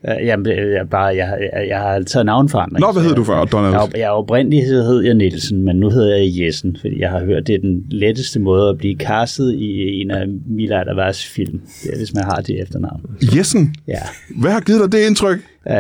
Jeg har taget navnforandring. Nå, hvad hedder du for, Donald? Jeg oprindeligt hed jeg Nielsen, men nu hedder jeg Jessen, fordi jeg har hørt, det er den letteste måde at blive castet i en af Milad Avas film. Det er, hvis man har det efternavn. Jessen? Ja. Hvad har givet dig det indtryk?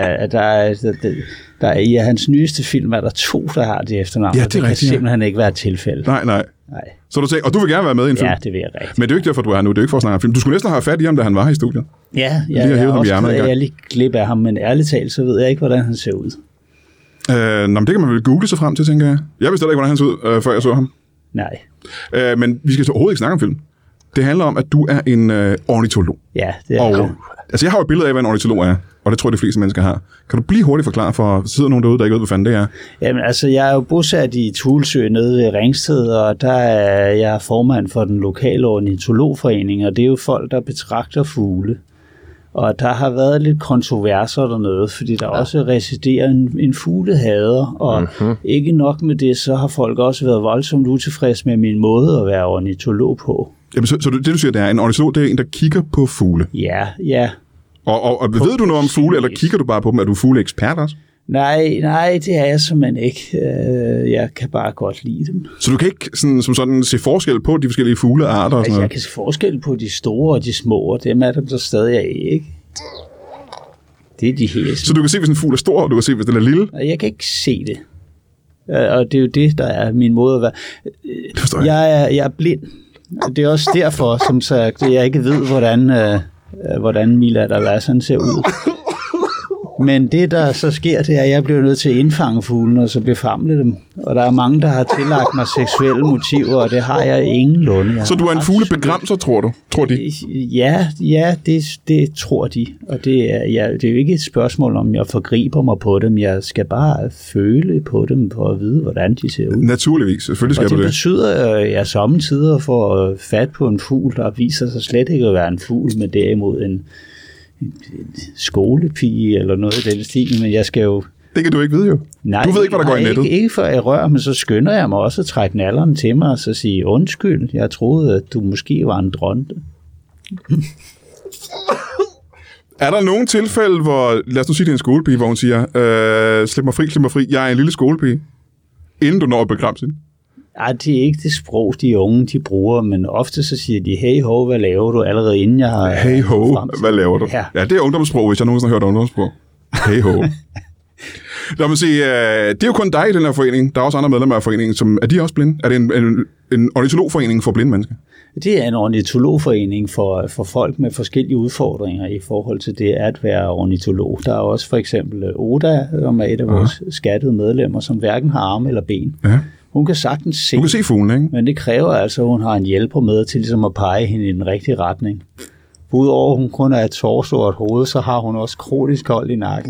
Der er i hans nyeste film, er der 2, der har det efternavn. Ja, det kan simpelthen ikke være et tilfælde. Nej. Så du tænker, og du vil gerne være med i en film? Ja, det vil jeg rigtigt. Men det er jo ikke derfor, du er her nu. Det er jo ikke for at snakke om film. Du skulle næsten have fat i ham, da han var her i studiet. Ja, jeg er lige glip af ham, men ærligt talt, så ved jeg ikke, hvordan han ser ud. Men det kan man vel google sig frem til, tænker jeg. Jeg vidste ikke, hvordan han så ud, før jeg så ham. Nej. Men vi skal så overhovedet ikke snakke om film. Det handler om, at du er en ornitolog. Ja, det er jeg. Altså, jeg har jo et billede af, hvad en ornitolog er, og det tror jeg, de fleste mennesker har. Kan du blive hurtigt forklare for, sidder nogen derude, der ikke ved, hvad fanden det er? Jamen, altså, jeg er jo bosat i Tulsø nede ved Ringsted, og der er jeg formand for den lokale ornitologforening, og det er jo folk, der betragter fugle. Og der har været lidt kontroverser dernede, fordi der også residerer en fuglehader, og ikke nok med det, så har folk også været voldsomt utilfredse med min måde at være ornitolog på. Jamen, så det, du siger, det er en ornitolog, det er en, der kigger på fugle? Ja. Og ved du noget om fugle, eller kigger du bare på dem? Er du fugleekspert også? Nej, det er jeg simpelthen ikke. Jeg kan bare godt lide dem. Så du kan ikke sådan se forskel på de forskellige fuglearter? Og sådan noget? Jeg kan se forskel på de store og de små, og dem er dem så stadig ikke. Det er de hele. Så du kan se, hvis en fugl er stor, og du kan se, hvis den er lille? Jeg kan ikke se det. Og det er jo det, der er min måde at være. Jeg er blind. Det er også derfor, som sagt, at jeg ikke ved, hvordan Milad Avas ser ud. Men det, der så sker, det er, at jeg bliver nødt til at indfange fuglene og så befamle dem. Og der er mange, der har tillagt mig seksuelle motiver, og det har jeg ingenlunde. Så du er en fuglebegrænser, tror du? Tror de? Ja, det tror de. Og det er jo ikke et spørgsmål, om jeg forgriber mig på dem. Jeg skal bare føle på dem for at vide, hvordan de ser ud. Naturligvis, selvfølgelig skal du det. Og det betyder, at jeg sommetider får fat på en fugl, der viser sig slet ikke at være en fugl, men derimod en skolepige eller noget i den stil, men jeg skal jo Det kan du ikke vide jo. Nej, du ved ikke, hvad der går i nettet. Ikke før jeg rører, men så skynder jeg mig også at trække nallerne til mig og så sige, undskyld, jeg troede, at du måske var en dronte. Er der nogen tilfælde, hvor, lad os nu sige, det er en skolepige, hvor hun siger, slip mig fri, jeg er en lille skolepige, inden du når at begrænse hende? Ej, det er ikke det sprog, de unge de bruger, men ofte så siger de, hey ho, hvad laver du, allerede inden jeg har... Hey ho, hvad laver du? Ja, det er ungdomssprog, hvis jeg nogensinde har hørt ungdomssprog. Hey ho. Lad mig sige, det er jo kun dig i den her forening. Der er også andre medlemmer af foreningen. Er de også blinde? Er det en ornitologforening for blinde mennesker? Det er en ornitologforening for folk med forskellige udfordringer i forhold til det at være ornitolog. Der er også for eksempel Oda, som er et af vores skattede medlemmer, som hverken har arme eller ben. Ja. Hun kan sagtens se. Hun kan se fuglen, ikke? Men det kræver altså, at hun har en hjælper med til ligesom at pege hende i den rigtige retning. Udover at hun kun er et torso og et hoved, så har hun også kronisk hold i nakken.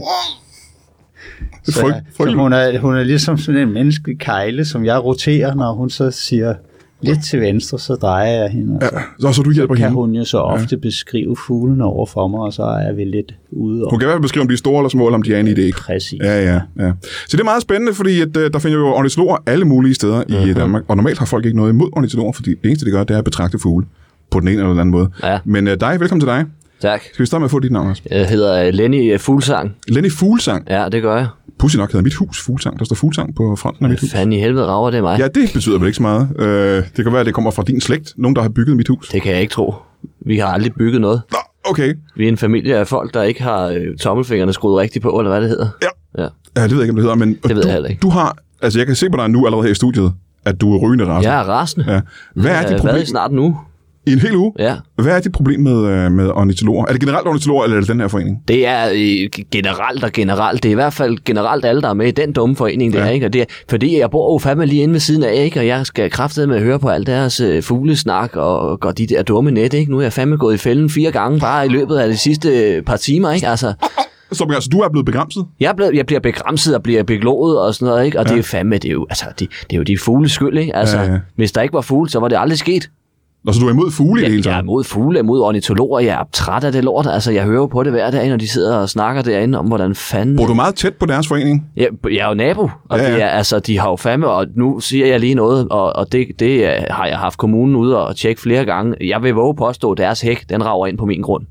Så hun er ligesom sådan en menneskelig kejle, som jeg roterer, når hun så siger lidt til venstre, så drejer jeg hende. Ja, så du hjælper hende. Kan hun jo så ofte beskrive fuglene over for mig, og så er vi lidt ude. Hun kan i hvert fald beskrive, om de er store eller små, eller om de er inde i det, ikke? Præcis. Ja. Så det er meget spændende, fordi at, der finder jo ornitologer alle mulige steder i Danmark, og normalt har folk ikke noget imod ornitologer, fordi det eneste, de gør, det er at betragte fugle på den ene eller den anden måde. Ja. Men velkommen til dig. Tak. Skal vi starte med at få dit navn også? Jeg hedder Lenny Fuglsang. Lenny Fuglsang? Ja, det gør jeg. Pudsigt nok hedder mit hus Fuglsang. Der står Fuglsang på fronten af mit hus. Fanden i helvede rager, det er mig. Ja, det betyder vel ikke så meget. Det kan være, at det kommer fra din slægt. Nogen, der har bygget mit hus. Det kan jeg ikke tro. Vi har aldrig bygget noget. Nå, okay. Vi er en familie af folk, der ikke har tommelfingrene skruet rigtigt på, eller hvad det hedder. Ja, det ved jeg ikke, om det hedder, men det ved jeg heller ikke. Du har, altså jeg kan se på dig nu allerede her i studiet, at du er rygende rasende. Jeg er rasende. Ja. Hvad er dit problem? Hvad snart nu? I en hel uge? Ja. Hvad er dit problem med ornitologer? Er det generelt ornitologer, eller er det den her forening? Det er generelt. Det er i hvert fald generelt alle, der er med i den dumme forening, det er, ikke? Og det er, fordi jeg bor jo fandme lige inde ved siden af, ikke? Og jeg skal kraftedeme med at høre på al deres fuglesnak og de der dumme net, ikke? Nu er jeg fandme gået i fælden 4 gange bare i løbet af de sidste par timer, ikke? Altså, du er blevet begrænset? Jeg bliver begrænset og bliver beglået og sådan noget, ikke? Og det er fandme, det er jo de fugles skyld, ikke? Altså, hvis der ikke var fugle, så var det aldrig sket. Så du er imod fugle i det hele taget? Jeg er imod fugle, imod ornitologer. Jeg er træt af det lort. Altså, jeg hører jo på det hver dag, når de sidder og snakker derinde om, hvordan fanden... Bor du meget tæt på deres forening? Jeg er jo nabo, og det er, altså, de har jo fandme, og nu siger jeg lige noget, og det har jeg haft kommunen ude og tjekke flere gange. Jeg vil våge påstå, at deres hæk, den rager ind på min grund.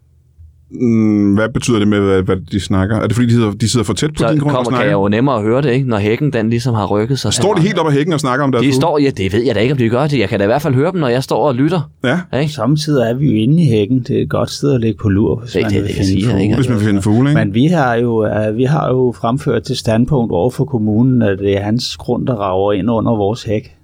Hvad betyder det med, hvad de snakker? Er det fordi, de sidder for tæt på din grund og snakker? Så kan jeg jo nemmere at høre det, ikke? Når hækken den ligesom har rykket sig. Står de helt op ad hækken og snakker om deres fugle? Står, ja, det ved jeg da ikke, om de gør det. Jeg kan da i hvert fald høre dem, når jeg står og lytter. Ja. Ikke? Samtidig er vi jo inde i hækken. Det er et godt sted at ligge på lur, hvis man vil finde fugle. Hvis man vil finde fugle, ikke? Men vi har jo fremført til standpunkt over for kommunen, at det er hans grund, der rager ind under vores hæk.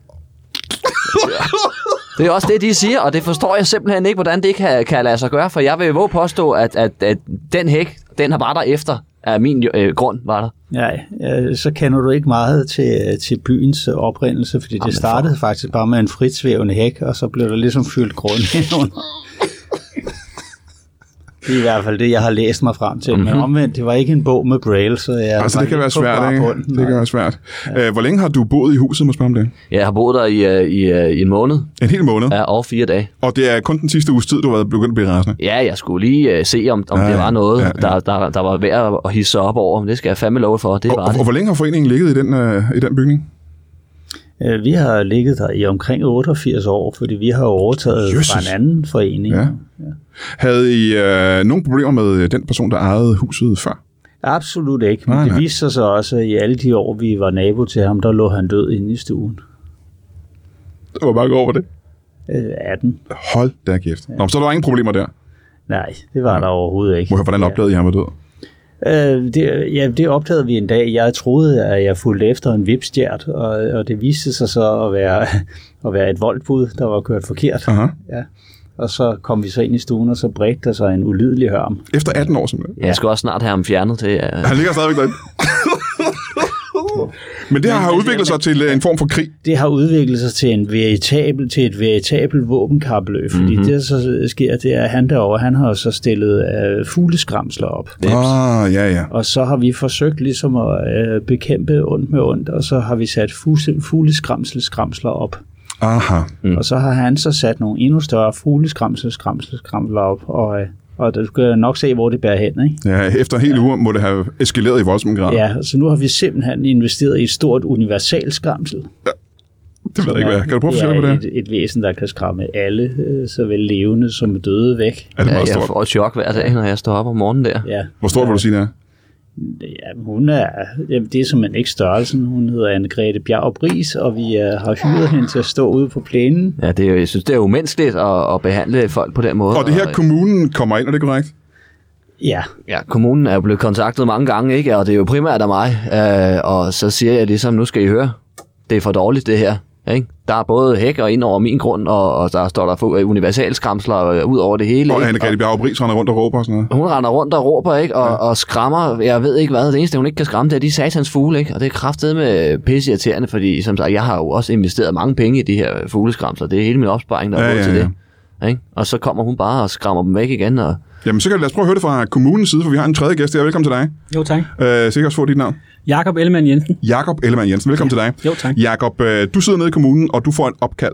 Det er også det, de siger, og det forstår jeg simpelthen ikke, hvordan det kan lade sig gøre, for jeg vil våge påstå, at den hæk, den har bare der efter, af min grund var der. Ja, så kender du ikke meget til byens oprindelse, fordi det startede faktisk bare med en fritsvævende hæk, og så blev der ligesom fyldt grund ind under. Det er i hvert fald det, jeg har læst mig frem til. Men omvendt, det var ikke en bog med braille, så jeg... Altså, det kan være svært, ikke? Det kan være svært. Ja. Hvor længe har du boet i huset, må jeg spørge om det? Jeg har boet der i en måned. En hel måned? Ja, over 4 dage. Og det er kun den sidste uges tid, du har begyndt at blive rasende? Ja, jeg skulle lige se, om det var noget, der var værd at hisse sig op over. Men det skal jeg fandme love for, det var det. Og hvor længe har foreningen ligget i den bygning? Vi har ligget der i omkring 88 år, fordi vi har overtaget fra en anden forening. Ja. Havde I nogle problemer med den person, der ejede huset før? Absolut ikke, men det viste sig også, at i alle de år, vi var nabo til ham, der lå han død inde i stuen. Hvor mange år var det? 18. Hold da kæft. Nå, så der var ingen problemer der? Nej, det var der overhovedet ikke. Hvordan opdagede I ham var død? Det opdagede vi en dag. Jeg troede, at jeg fulgte efter en vipstjert, og det viste sig så at være et voldbud, der var kørt forkert. Ja. Og så kom vi så ind i stuen, og så bredte der sig en ulidelig hørm. Efter 18 år simpelthen? Ja. Jeg skal også snart have ham fjernet til... Han ligger stadigvæk derinde. Men det har udviklet sig til en form for krig? Det har udviklet sig til et veritabelt våbenkapløb, fordi det, der så sker, det er, at han derovre, han har så stillet fugleskramsler op. Ja. Og så har vi forsøgt ligesom at bekæmpe ondt med ondt, og så har vi sat fugleskramsler op. Aha. Og så har han så sat nogle endnu større fugleskramsler op, og Og du skal nok se, hvor det bærer hen, ikke? Ja, efter en hel uge må det have eskaleret i voldsom grad. Ja, så nu har vi simpelthen investeret i et stort universalskramsel. Ja. Det ved jeg ikke, hvad. Kan du prøve at fortælle mig det? Et væsen, der kan skræmme alle, såvel levende som døde væk. Er det meget stort? Jeg får et chok hver dag, når jeg står op om morgenen der. Ja. Hvor stort vil du sige, det er? Ja, hun er, det er simpelthen ikke størrelsen. Hun hedder Anne-Grethe Bjerg Bris, og vi har hyret hende til at stå ude på plænen. Ja, jeg synes, det er umenneskeligt at behandle folk på den måde. Og det her kommunen kommer ind, er det korrekt? Ja. Ja, kommunen er jo blevet kontaktet mange gange, ikke? Og det er jo primært af mig. Og så siger jeg ligesom, nu skal I høre, det er for dårligt det her. Ikke? Der er både hækker ind over min grund, og der står der universalskramsler ud over det hele. Og Anne-Grethe Bjerg Bris render rundt og råber og sådan noget. Hun render rundt og råber, ikke? Og skræmmer, jeg ved ikke hvad, det eneste hun ikke kan skræmme, det er de satans fugle, ikke? Og det er kraftedeme pisseirriterende, fordi som sagt, jeg har jo også investeret mange penge i de her fugleskramsler. Det er hele min opsparing, der er gået til det. Ikke? Og så kommer hun bare og skræmmer dem væk igen. Og... Jamen så kan vi lade os prøve at høre det fra kommunens side, for vi har en tredje gæst her. Velkommen til dig. Jo, tak. Sikkert også få dit navn. Jakob Ellemann Jensen. Jakob Ellemann Jensen, velkommen til dig. Jo, tak. Jakob, du sidder nede i kommunen, og du får et opkald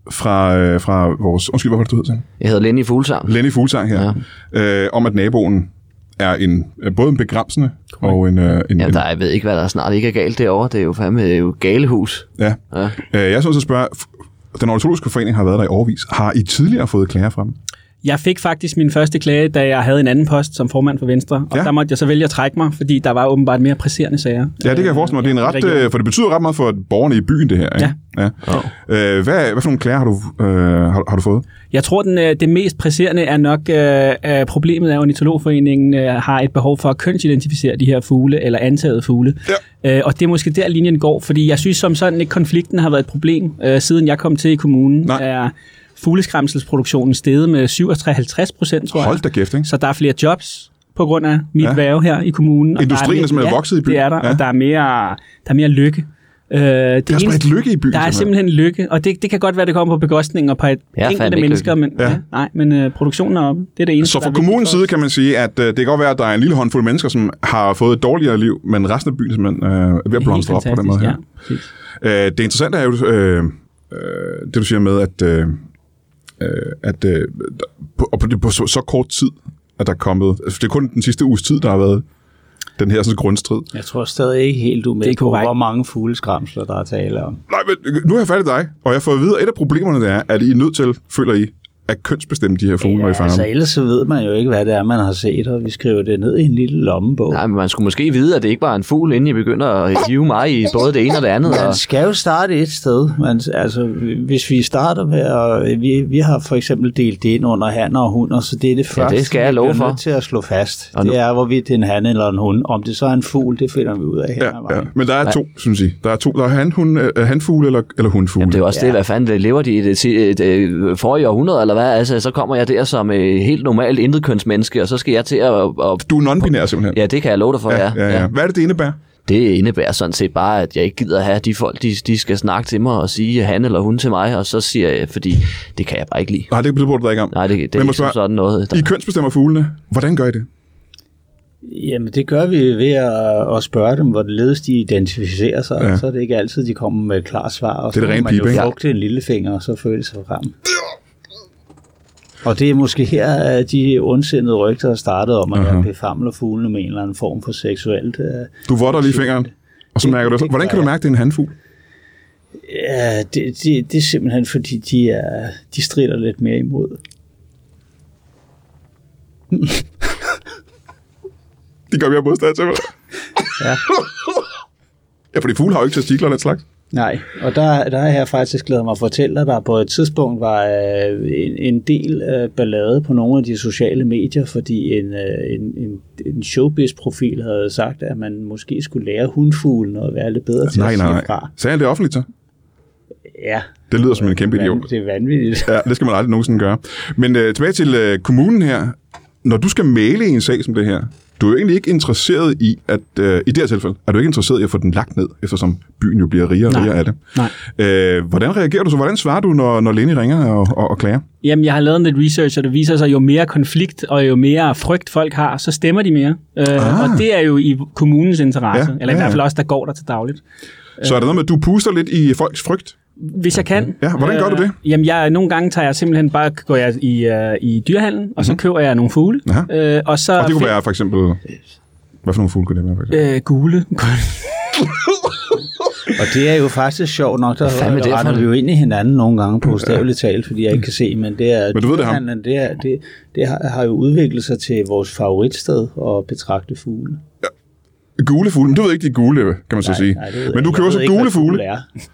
fra vores... Undskyld, hvad var det, du hed? Jeg hedder Lenny Fuglsang. Lenny Fuglsang her. Ja. Om at naboen er både en begrænsende og en... Jeg ved ikke, hvad der snart ikke er galt derovre. Det er jo fandme et galehus. Ja. Jeg er sådan at spørge... Den ornitologiske forening har været der i årevis. Har I tidligere fået klager fra dem? Jeg fik faktisk min første klage, da jeg havde en anden post som formand for Venstre, og der måtte jeg så vælge at trække mig, fordi der var åbenbart mere presserende sager. Ja, det kan jeg forestille mig. Det er en ret, for det betyder ret meget for borgerne i byen, det her. Ikke? Ja. Hvad for nogle klager har du fået? Jeg tror, det mest presserende er nok problemet af Ornitologforeningen har et behov for at kønsidentificere de her fugle, eller antagede fugle. Ja. Og det er måske der, linjen går, fordi jeg synes som sådan ikke, konflikten har været et problem, siden jeg kom til i kommunen. Fugleskræmselsproduktionen steget med 57%, tror jeg. Hold da kæft, ikke? Så der er flere jobs på grund af mit værve her i kommunen. Industrien er simpelthen vokset i byen. Det er der, og der er mere lykke. Der er spredt lykke i byen. Der er simpelthen lykke, og det kan godt være, det kommer på bekostning og på enkelte mennesker, men produktionen er oppe. Det er det eneste. Så fra kommunens side kan man sige, at det kan godt være, at der er en lille håndfuld mennesker, som har fået et dårligere liv, men resten af byen er simpelthen ved at blomstre op på den måde her. Ja, det interessante er jo det, du siger med, at på så kort tid, at der er kommet... Det er kun den sidste uges tid, der har været den her sådan grundstrid. Jeg tror stadig ikke helt, du er med på, hvor mange fugleskramsler, der er tale om. Nej, men nu har jeg fat i dig, og jeg har fået at vide, at et af problemerne det er, at I er nødt til, føler I, at kønsbestemme de her fugle, i fangen. Altså ellers så ved man jo ikke, hvad det er, man har set, og vi skriver det ned i en lille lommebog. Nej, men man skulle måske vide, at det ikke bare er en fugl, inden I begynder at hive mig i både det ene og det andet. Man skal jo starte et sted. Altså, hvis vi starter med, og vi har for eksempel delt det ind under hanner og hunder, så det er det første, det skal jeg love for. Nødt til at slå fast. Det er, hvorvidt det er en han eller en hund. Om det så er en fugl, det finder vi ud af her. Ja. Men der er to, synes I. Der er hanfugle eller hundfugle. Jamen, det er også det, hvad fanden lever de i det forrige århundrede, eller hvad? Altså, så kommer jeg der som helt normalt intetkønsmenneske, og så skal jeg til at... Du er non-binær simpelthen? Ja, det kan jeg love dig for, ja. Hvad er det indebærer? Det indebærer sådan set bare, at jeg ikke gider have de folk, de skal snakke til mig og sige han eller hun til mig, og så siger jeg, fordi det kan jeg bare ikke lide. Nej, det bryder du dig ikke om. Nej, det er ikke sådan noget. I kønsbestemmer fuglene. Hvordan gør I det? Jamen, det gør vi ved at spørge dem, hvor det ledes de identificerer sig, og så er det ikke altid, de kommer med et klart svar, og det er så må man jo frugte en lillefinger, og så føler det sig frem. Og det er måske her, at de ondsindede rygter er startet om, at jeg befamler fuglene med en eller anden form for seksuelt... Du votter lige fingeren, og så mærker du... Hvordan kan du mærke, at det er en hanfugl? Ja, det er simpelthen, fordi de strider lidt mere imod. De gør mere modstand til mig. Ja. Ja, fordi fugle har jo ikke testikler eller et slags. Nej, og der har jeg faktisk glædet mig at fortælle dig, at der på et tidspunkt var en del ballade på nogle af de sociale medier, fordi en showbiz-profil havde sagt, at man måske skulle lære hundfuglen og være lidt bedre til at sige fra. Sagde han det offentligt så? Ja. Det lyder som en kæmpe idiot. Det er vanvittigt. Ja, det skal man aldrig nogensinde gøre. Men tilbage til kommunen her. Når du skal male en sag som det her, du er jo egentlig ikke interesseret i, at i det her tilfælde, er du ikke interesseret i at få den lagt ned, eftersom byen jo bliver rigere og rigere af det. Nej. Hvordan reagerer du så? Hvordan svarer du, når Lenny ringer og klager? Jamen, jeg har lavet lidt research, og det viser sig, jo mere konflikt og jo mere frygt folk har, så stemmer de mere. Og det er jo i kommunens interesse, eller i hvert fald også, der går der til dagligt. Så er det noget med, at du puster lidt i folks frygt? Hvis jeg kan. Ja, hvordan gør du det? Jamen, nogle gange tager jeg simpelthen går jeg i dyrehandlen, og så køber jeg nogle fugle. Og det kunne være for eksempel... Hvad for nogle fugle kunne det være? For eksempel? Gule. Og det er jo faktisk sjovt nok, der retter vi jo ind i hinanden nogle gange på bogstaveligt talt, fordi jeg ikke kan se, men det er... Men du ved det ham? Det har jo udviklet sig til vores favoritsted at betragte fugle. Ja. Gule fugle, men du ved ikke de gule, kan man så sige. Men du køber så gule fugle.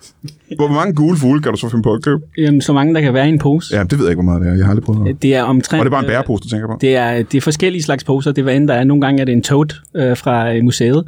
Hvor mange gule fugle kan du så finde på at købe? Jamen, så mange, der kan være i en pose. Ja, det ved jeg ikke, hvor meget det er. Jeg har aldrig prøvet noget. Det er omtrent... Og det er bare en bærepose, du tænker på? Det er forskellige slags poser. Det er, hvad end der er. Nogle gange er det en tote fra museet.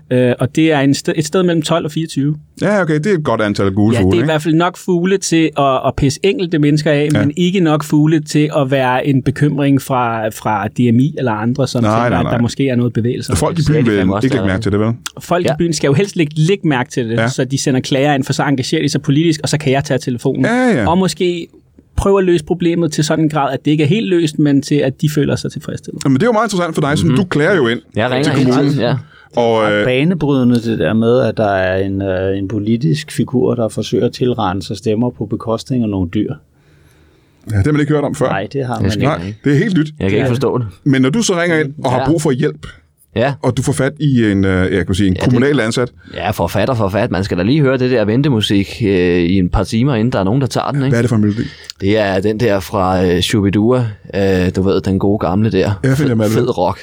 Og det er et sted mellem 12 og 24. Ja, okay. Det er et godt antal gule fugle. Ja, det er i hvert fald nok fugle til at pisse enkelte mennesker af, men ikke nok fugle til at være en bekymring fra DMI eller andre, som tænker, at der måske er noget bevægelse. Folk i byen vil ikke lægge mærke til det, vel? Folk i byen skal jo helst lægge mærke til det, så de sender klager ind, for så engagerer de sig politisk, og så kan jeg tage telefonen. Ja. Og måske prøve at løse problemet til sådan en grad, at det ikke er helt løst, men til at de føler sig tilfredsstillet. Men det er jo meget interessant for dig, som du klager jo ind til kommunen. Ja. Og banebrydende det der med, at der er en politisk figur, der forsøger at tilrane sig stemmer på bekostning af nogle dyr. Ja, det har man ikke hørt om før. Nej, det har man ikke. Nej, det er helt nyt. Jeg kan ikke forstå det. Men når du så ringer ind og har brug for hjælp, og du får fat i en kommunal ansat. Ja, forfat. Man skal da lige høre det der ventemusik i en par timer, inden der er nogen, der tager den. Ikke? Hvad er det for en melodi? Det er den der fra Shubidua, du ved, den gode gamle der. Fed rock.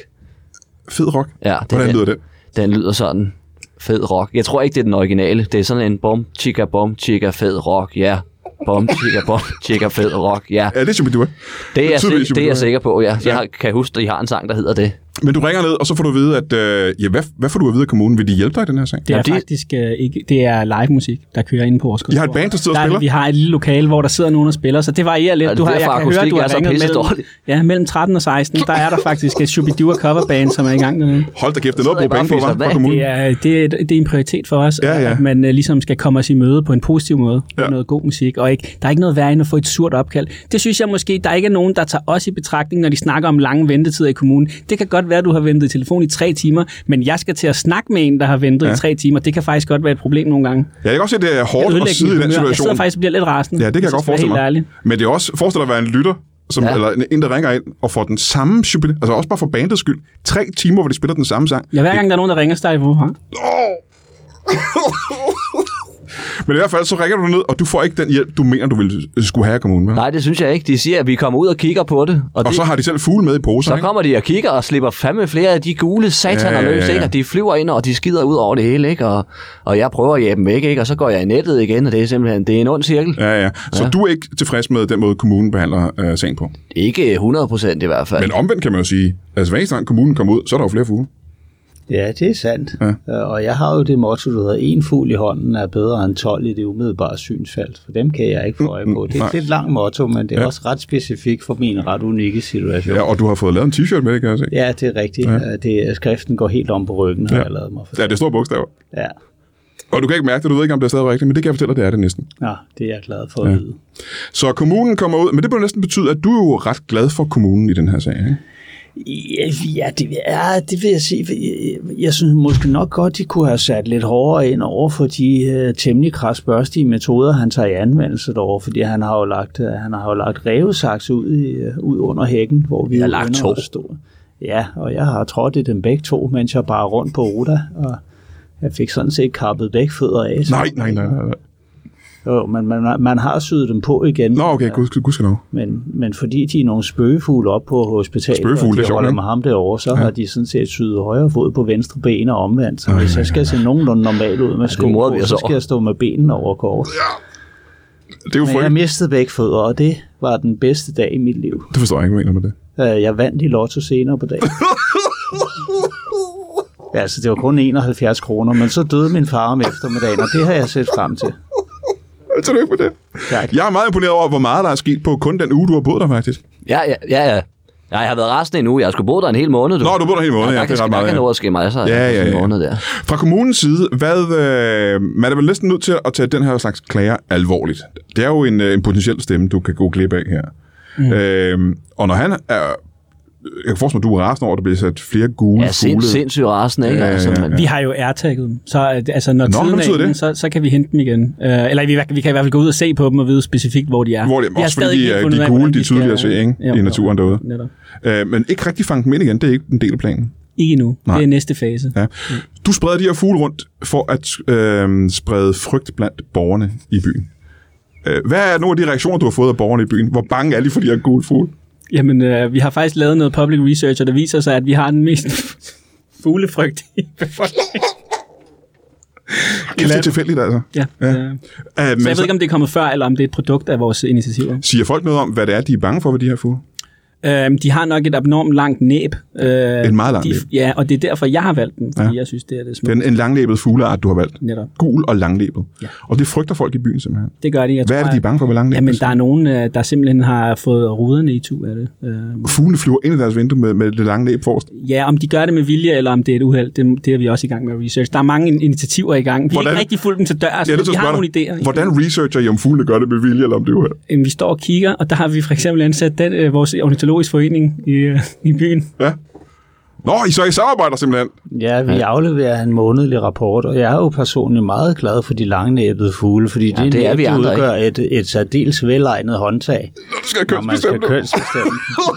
Fed rock? Ja. Hvordan lyder det? Den lyder sådan. Fed rock. Jeg tror ikke, det er den originale. Det er sådan en bom, chica, fed rock, ja. Bom, chica, fed rock, ja. Ja, det er Shubidua. Det er jeg sikker på, ja. Jeg kan huske, at I har en sang, der hedder det. Men du ringer ned, og så får du at vide, at hvad får du at vide af kommunen? Vil de hjælpe dig i den her sag? Det er faktisk ikke. Det er live musik, der kører inde på vores kontor. I har et band, der sidder og spiller? Vi har et lille lokale, hvor der sidder nogen og spiller, så det varierer lidt. Jeg kan høre, at du har ringet mellem 13 og 16. Der er der faktisk et Shubidua coverband, som er i gang dernede. Hold da kæft, det er noget at bruge penge på, fra kommunen. Det er en prioritet for os, at man ligesom skal komme os i møde på en positiv måde. Med noget god musik, og der er ikke noget værre end at få et surt opkald. Det synes jeg måske, der ikke er nogen, der tager os i betragtning, når de snakker om lange ventetider i kommunen. Det kan godt være, at du har ventet i telefon i 3 timer, men jeg skal til at snakke med en, der har ventet i 3 timer. Det kan faktisk godt være et problem nogle gange. Ja, jeg kan også se, at det er hårdt at sidde i den situation. Jeg sidder faktisk og bliver lidt rasende. Ja, det kan jeg godt forestille mig. Men det er også forestille at være en lytter, eller en, der ringer ind og får den samme, altså også bare for bandets skyld, 3 timer, hvor de spiller den samme sang. Ja, hver gang der er nogen, der ringer, så er det Men i hvert fald, så ringer du ned, og du får ikke den hjælp, du mener, du skulle have af kommunen. Vel? Nej, det synes jeg ikke. De siger, at vi kommer ud og kigger på det. Og så har de selv fugle med i poser. Så kommer de og kigger og slipper fandme flere af de gule sataner løs, ikke? Og de flyver ind, og de skider ud over det hele, ikke? Og jeg prøver at jæbe dem væk, ikke? Og så går jeg i nettet igen, og det er simpelthen en ond cirkel. Ja. Så du er ikke tilfreds med den måde, kommunen behandler sagen på? Ikke 100% i hvert fald. Men omvendt kan man jo sige, altså hver eneste gang kommunen kommer ud, så er der jo flere fugle. Ja, det er sandt. Ja. Og jeg har jo det motto, der hedder, en fugl i hånden er bedre end 12 i det umiddelbare synsfelt. For dem kan jeg ikke få øje på. Det er et lidt langt motto, men det er også ret specifikt for min ret unikke situation. Ja, og du har fået lavet en t-shirt med det, kan jeg se. Ja, det er rigtigt. Ja. Skriften går helt om på ryggen, har jeg lavet mig for. Ja, det er store bogstaver. Ja. Og du kan ikke mærke det, du ved ikke, om det er stadig rigtigt, men det kan jeg fortælle dig, det er det næsten. Ja, det er jeg glad for at vide. Så kommunen kommer ud, men det bør næsten betyde, at du er jo ret glad for kommunen i den her sag, ikke? Ja, det vil jeg sige. Jeg synes måske nok godt, de kunne have sat lidt hårdere ind over for de temmelig kradsbørstige metoder, han tager i anvendelse derovre, fordi han har jo lagt rævesaks ud under hækken, hvor vi har lagt 2. Ja, og jeg har trådt i dem begge 2, mens jeg bare rundt på Oda, og jeg fik sådan set kappet begge fødder af. Nej. Jo, men man har syet dem på igen. Nå, okay, gudskelov. Men fordi de er nogle spøgefugle op på hospitalet, og de holder med ham derovre, så har de sådan set syet højre fod på venstre ben og omvendt. Så hvis jeg skal se nogenlunde normalt ud med sko, så skal jeg stå med benene over kors. Ja. Det er jo men jeg mistede begge fødder, og det var den bedste dag i mit liv. Det forstår jeg ikke, hvad mener med det. Jeg vandt i lotto senere på dagen. Ja, altså det var kun 71 kroner, men så døde min far om eftermiddagen, og det har jeg set frem til. Tillykke med det. Tak. Jeg er meget imponeret over, hvor meget der er sket på kun den uge, du har boet der faktisk. Ja. Jeg har været resten en uge. Jeg skulle bo der en hel måned. Nå, du boede der en hel måned, ja. Det er ret meget. Der kan noget at ske mig, så en måned der. Fra kommunens side, man er vel næsten nødt til at tage den her slags klager alvorligt. Det er jo en potentiel stemme, du kan gå glip af her. Og når han er kan forestille mig, at du er rasende over, at der bliver sat flere gule fugle. Sindssygt rasende, ikke? Vi har jo airtagget dem, så altså, når tiden er inde, så kan vi hente dem igen. Eller vi kan i hvert fald gå ud og se på dem og vide specifikt, hvor de er. Også fordi de gule, de er tydelige at se, ikke? I naturen derude. Men ikke rigtig fange dem ind igen, det er ikke en del af planen. Ikke endnu. Nej. Det er næste fase. Ja. Du spreder de her fugle rundt for at sprede frygt blandt borgerne i byen. Hvad er nogle af de reaktioner, du har fået af borgerne i byen? Hvor bange er de for de her gule fugle? Jamen, vi har faktisk lavet noget public research, og der viser sig, at vi har den mest fuglefrygt i befolkningen. Det er tilfældigt, altså. Ja. Så jeg ved ikke, om det er kommet før, eller om det er et produkt af vores initiativer. Siger folk noget om, hvad det er, de er bange for ved de her fugle? De har nok et abnormt langt næb. En meget lang næb. Ja, og det er derfor, jeg har valgt dem, fordi jeg synes, det er det smukt. Det er en langnæbet fugleart, du har valgt. Netop. Gul og langnæbet. Ja. Og det frygter folk i byen simpelthen. Det gør de. Hvad er det, de er bange for ved langnæbet? Jamen, der er nogen, der simpelthen har fået ruderne i tu af det. Fuglene flyver ind i deres vindue med det lange næb forrest? Ja, om de gør det med vilje, eller om det er et uheld, det er vi også i gang med at research. Der er mange initiativer i gang. Vi har ikke rigtig fulgt dem til dørs, så vi har nogle idéer. Hvordan researcher I, om fuglene gør det med vilje, eller om det er uheld? Vi står og kigger, og der har vi for eksempel ansat vores ornitologisk forening i byen. Ja. Nå, I samarbejder simpelthen? Ja, vi afleverer en månedlig rapport, og jeg er jo personligt meget glad for de langnæbede fugle, fordi det er de udgør et særdeles velegnet håndtag, når man skal kønsbestemme.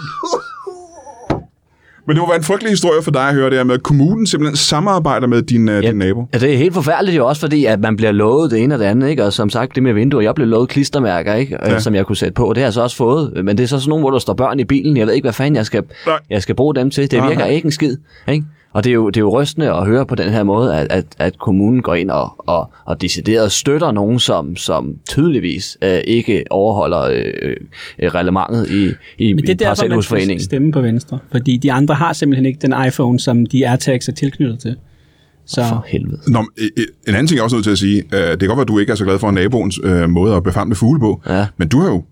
Men det må være en frygtelig historie for dig at høre det her med, at kommunen simpelthen samarbejder med din nabo. Ja, det er helt forfærdeligt jo også, fordi at man bliver lovet det ene og det andet, ikke? Og som sagt, det med vinduer, jeg blev lovet klistermærker, ikke? Som jeg kunne sætte på. Det har jeg så også fået, men det er så sådan nogle, hvor der står børn i bilen. Jeg ved ikke, hvad fanden jeg skal bruge dem til. Det virker ikke en skid, ikke? Og det er jo rystende at høre på den her måde, at kommunen går ind og decideret støtter nogen, som tydeligvis ikke overholder reglementet i Men det er derfor, man skal stemme på Venstre. Fordi de andre har simpelthen ikke den iPhone, som de AirTags er tilknyttet til. Så. For helvede. Nå, en anden ting jeg også nødt til at sige, det kan godt være, at du ikke er så glad for naboens måde at befamle fugle på, men du har jo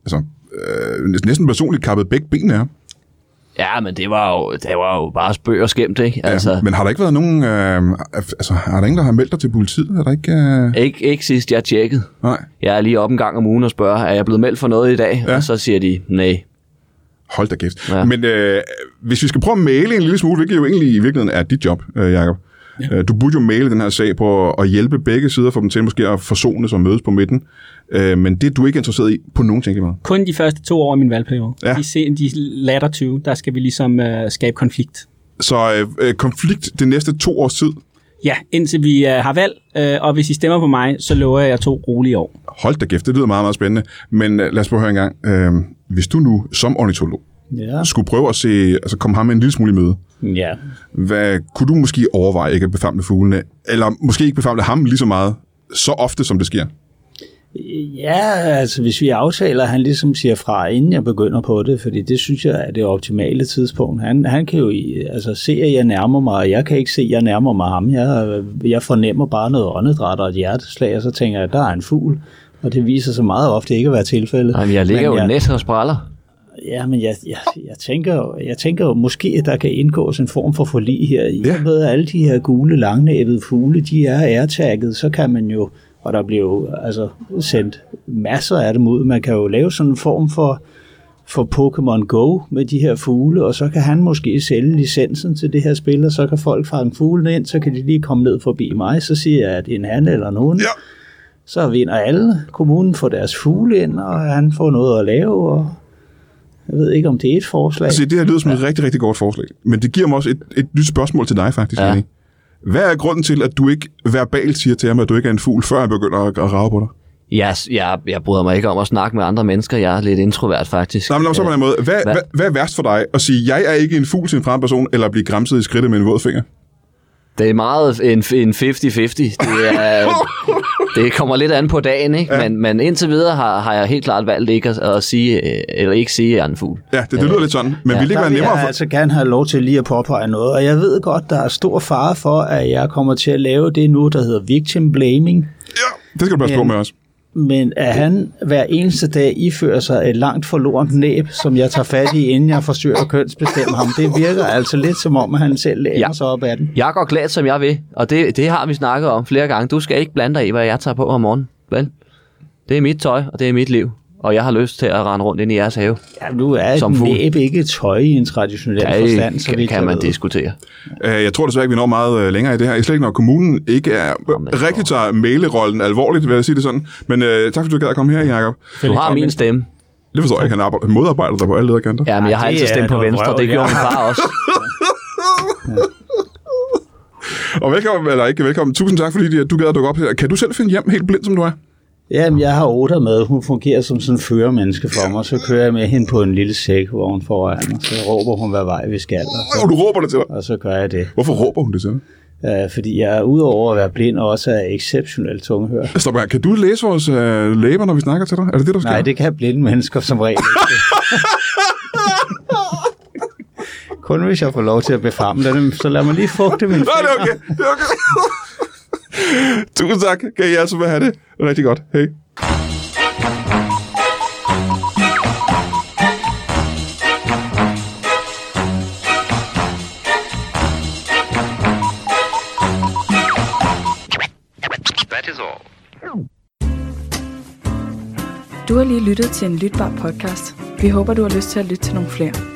næsten personligt kappet begge benene her. Ja, men det var jo bare spøg og skæmt, ikke? Altså, ja, men har der ikke været nogen... har der ingen, der har meldt dig til politiet? Er der ikke... Ikke sidst, jeg tjekkede. Nej. Jeg er lige op en gang om ugen og spørger, er jeg blevet meldt for noget i dag? Ja. Og så siger de, nej. Hold da kæft. Ja. Men hvis vi skal prøve at male en lille smule, hvilket jo egentlig i virkeligheden er dit job, Jacob. Ja. Du burde jo male den her sag på at hjælpe begge sider, for dem til måske at forsone og mødes på midten. Men det er du ikke interesseret i på nogen tænkelig måde? Kun de første 2 år af min valgperiode. Ja. De latter 20, der skal vi ligesom skabe konflikt. Så konflikt det næste 2 års tid? Ja, indtil vi har valg, og hvis I stemmer på mig, så lover jeg 2 rolige år. Hold da kæft, det lyder meget, meget spændende. Men lad os prøve at høre en gang. Hvis du nu som ornitolog skulle prøve at komme ham en lille smule i møde. Ja. Hvad kunne du måske overveje ikke at befamle fuglene, eller måske ikke befamle ham lige så meget, så ofte som det sker? Ja, altså hvis vi aftaler, at han ligesom siger fra, inden jeg begynder på det, fordi det synes jeg er det optimale tidspunkt. Han kan jo se, at jeg nærmer mig, og jeg kan ikke se, at jeg nærmer mig ham. Jeg fornemmer bare noget åndedræt og et hjerteslag, og så tænker jeg, at der er en fugl, og det viser sig meget ofte ikke at være tilfældet. Jamen, jeg ligger jo net og spræller. Ja, men jeg tænker jo måske, at der kan indgås en form for forlig her. Jeg ved, at alle de her gule, langnæbede fugle, de er airtagget, så kan man jo, og der bliver jo sendt masser af dem ud, man kan jo lave sådan en form for Pokémon Go med de her fugle, og så kan han måske sælge licensen til det her spil, og så kan folk fange fuglene ind, så kan de lige komme ned forbi mig, så siger jeg, at det er en han eller nogen. Ja. Så vinder alle. Kommunen får deres fugle ind, og han får noget at lave, og jeg ved ikke, om det er et forslag. Altså, det her lyder som et rigtig, rigtig godt forslag. Men det giver mig også et nyt spørgsmål til dig, faktisk. Ja. Hvad er grunden til, at du ikke verbalt siger til ham, at du ikke er en fugl, før jeg begynder at rage på dig? Jeg bryder mig ikke om at snakke med andre mennesker. Jeg er lidt introvert, faktisk. Nej, men så på den måde. Hvad er værst for dig? At sige, jeg er ikke en fugl til en fremmed person, eller at blive gramset i skridtet med en våd finger? Det er meget en 50-50. Det kommer lidt an på dagen, ikke? Ja. Men indtil videre har jeg helt klart valgt ikke at sige, eller ikke sige, at jeg er en fugl. Ja, det lyder lidt sådan. Men vil det ikke være nemmere for... Jeg altså gerne have lov til lige at påpege noget, og jeg ved godt, der er stor fare for, at jeg kommer til at lave det nu, der hedder victim blaming. Ja, det skal du passe på med os. Men at han hver eneste dag ifører sig et langt forlorent næb, som jeg tager fat i, inden jeg forsøger at kønsbestemme ham, det virker altså lidt som om, at han selv læner sig op af den. Jeg går klædt, som jeg vil, og det har vi snakket om flere gange. Du skal ikke blande dig i, hvad jeg tager på om morgenen. Vel? Det er mit tøj, og det er mit liv. og jeg har lyst til at rende rundt ind i jeres have. Ja, nu er et næb ikke et tøj i en traditionel forstand, så det kan man diskutere. Jeg tror desværre ikke, vi når meget længere i det her. Slet ikke, når kommunen ikke er rigtig tager mailerollen alvorligt, vil jeg sige det sådan. Men tak fordi du gad at komme her, Jacob. Du har min stemme. Det forstår jeg ikke. Han modarbejder dig på alle lederkanter. Ja, men jeg har altid stemt på venstre. Det gjorde min far også. Og velkommen, eller ikke velkommen. Tusind tak, fordi du gad at dukke op her. Kan du selv finde hjem helt blind, som du er? Jamen, jeg har Oda med. Hun fungerer som sådan en førermenneske for mig. Så kører jeg med hende på en lille sækkevogn foran mig. Så råber hun, hvad vej vi skal. Og du råber det til dig? Og så gør jeg det. Hvorfor råber hun det til dig? Fordi jeg er udover at være blind, og også er exceptionelt tunghør. Stop her. Kan du læse vores læber, når vi snakker til dig? Er det det, der sker? Nej, det kan blinde mennesker som regel ikke. Kun hvis jeg får lov til at beframme dem, så lad mig lige fugte min finger. Nej, det er okay. Det er okay. Tusind tak. Kan I altså have det rigtig godt. Hej. Du har lige lyttet til en lytbar podcast. Vi håber, du har lyst til at lytte til nogle flere.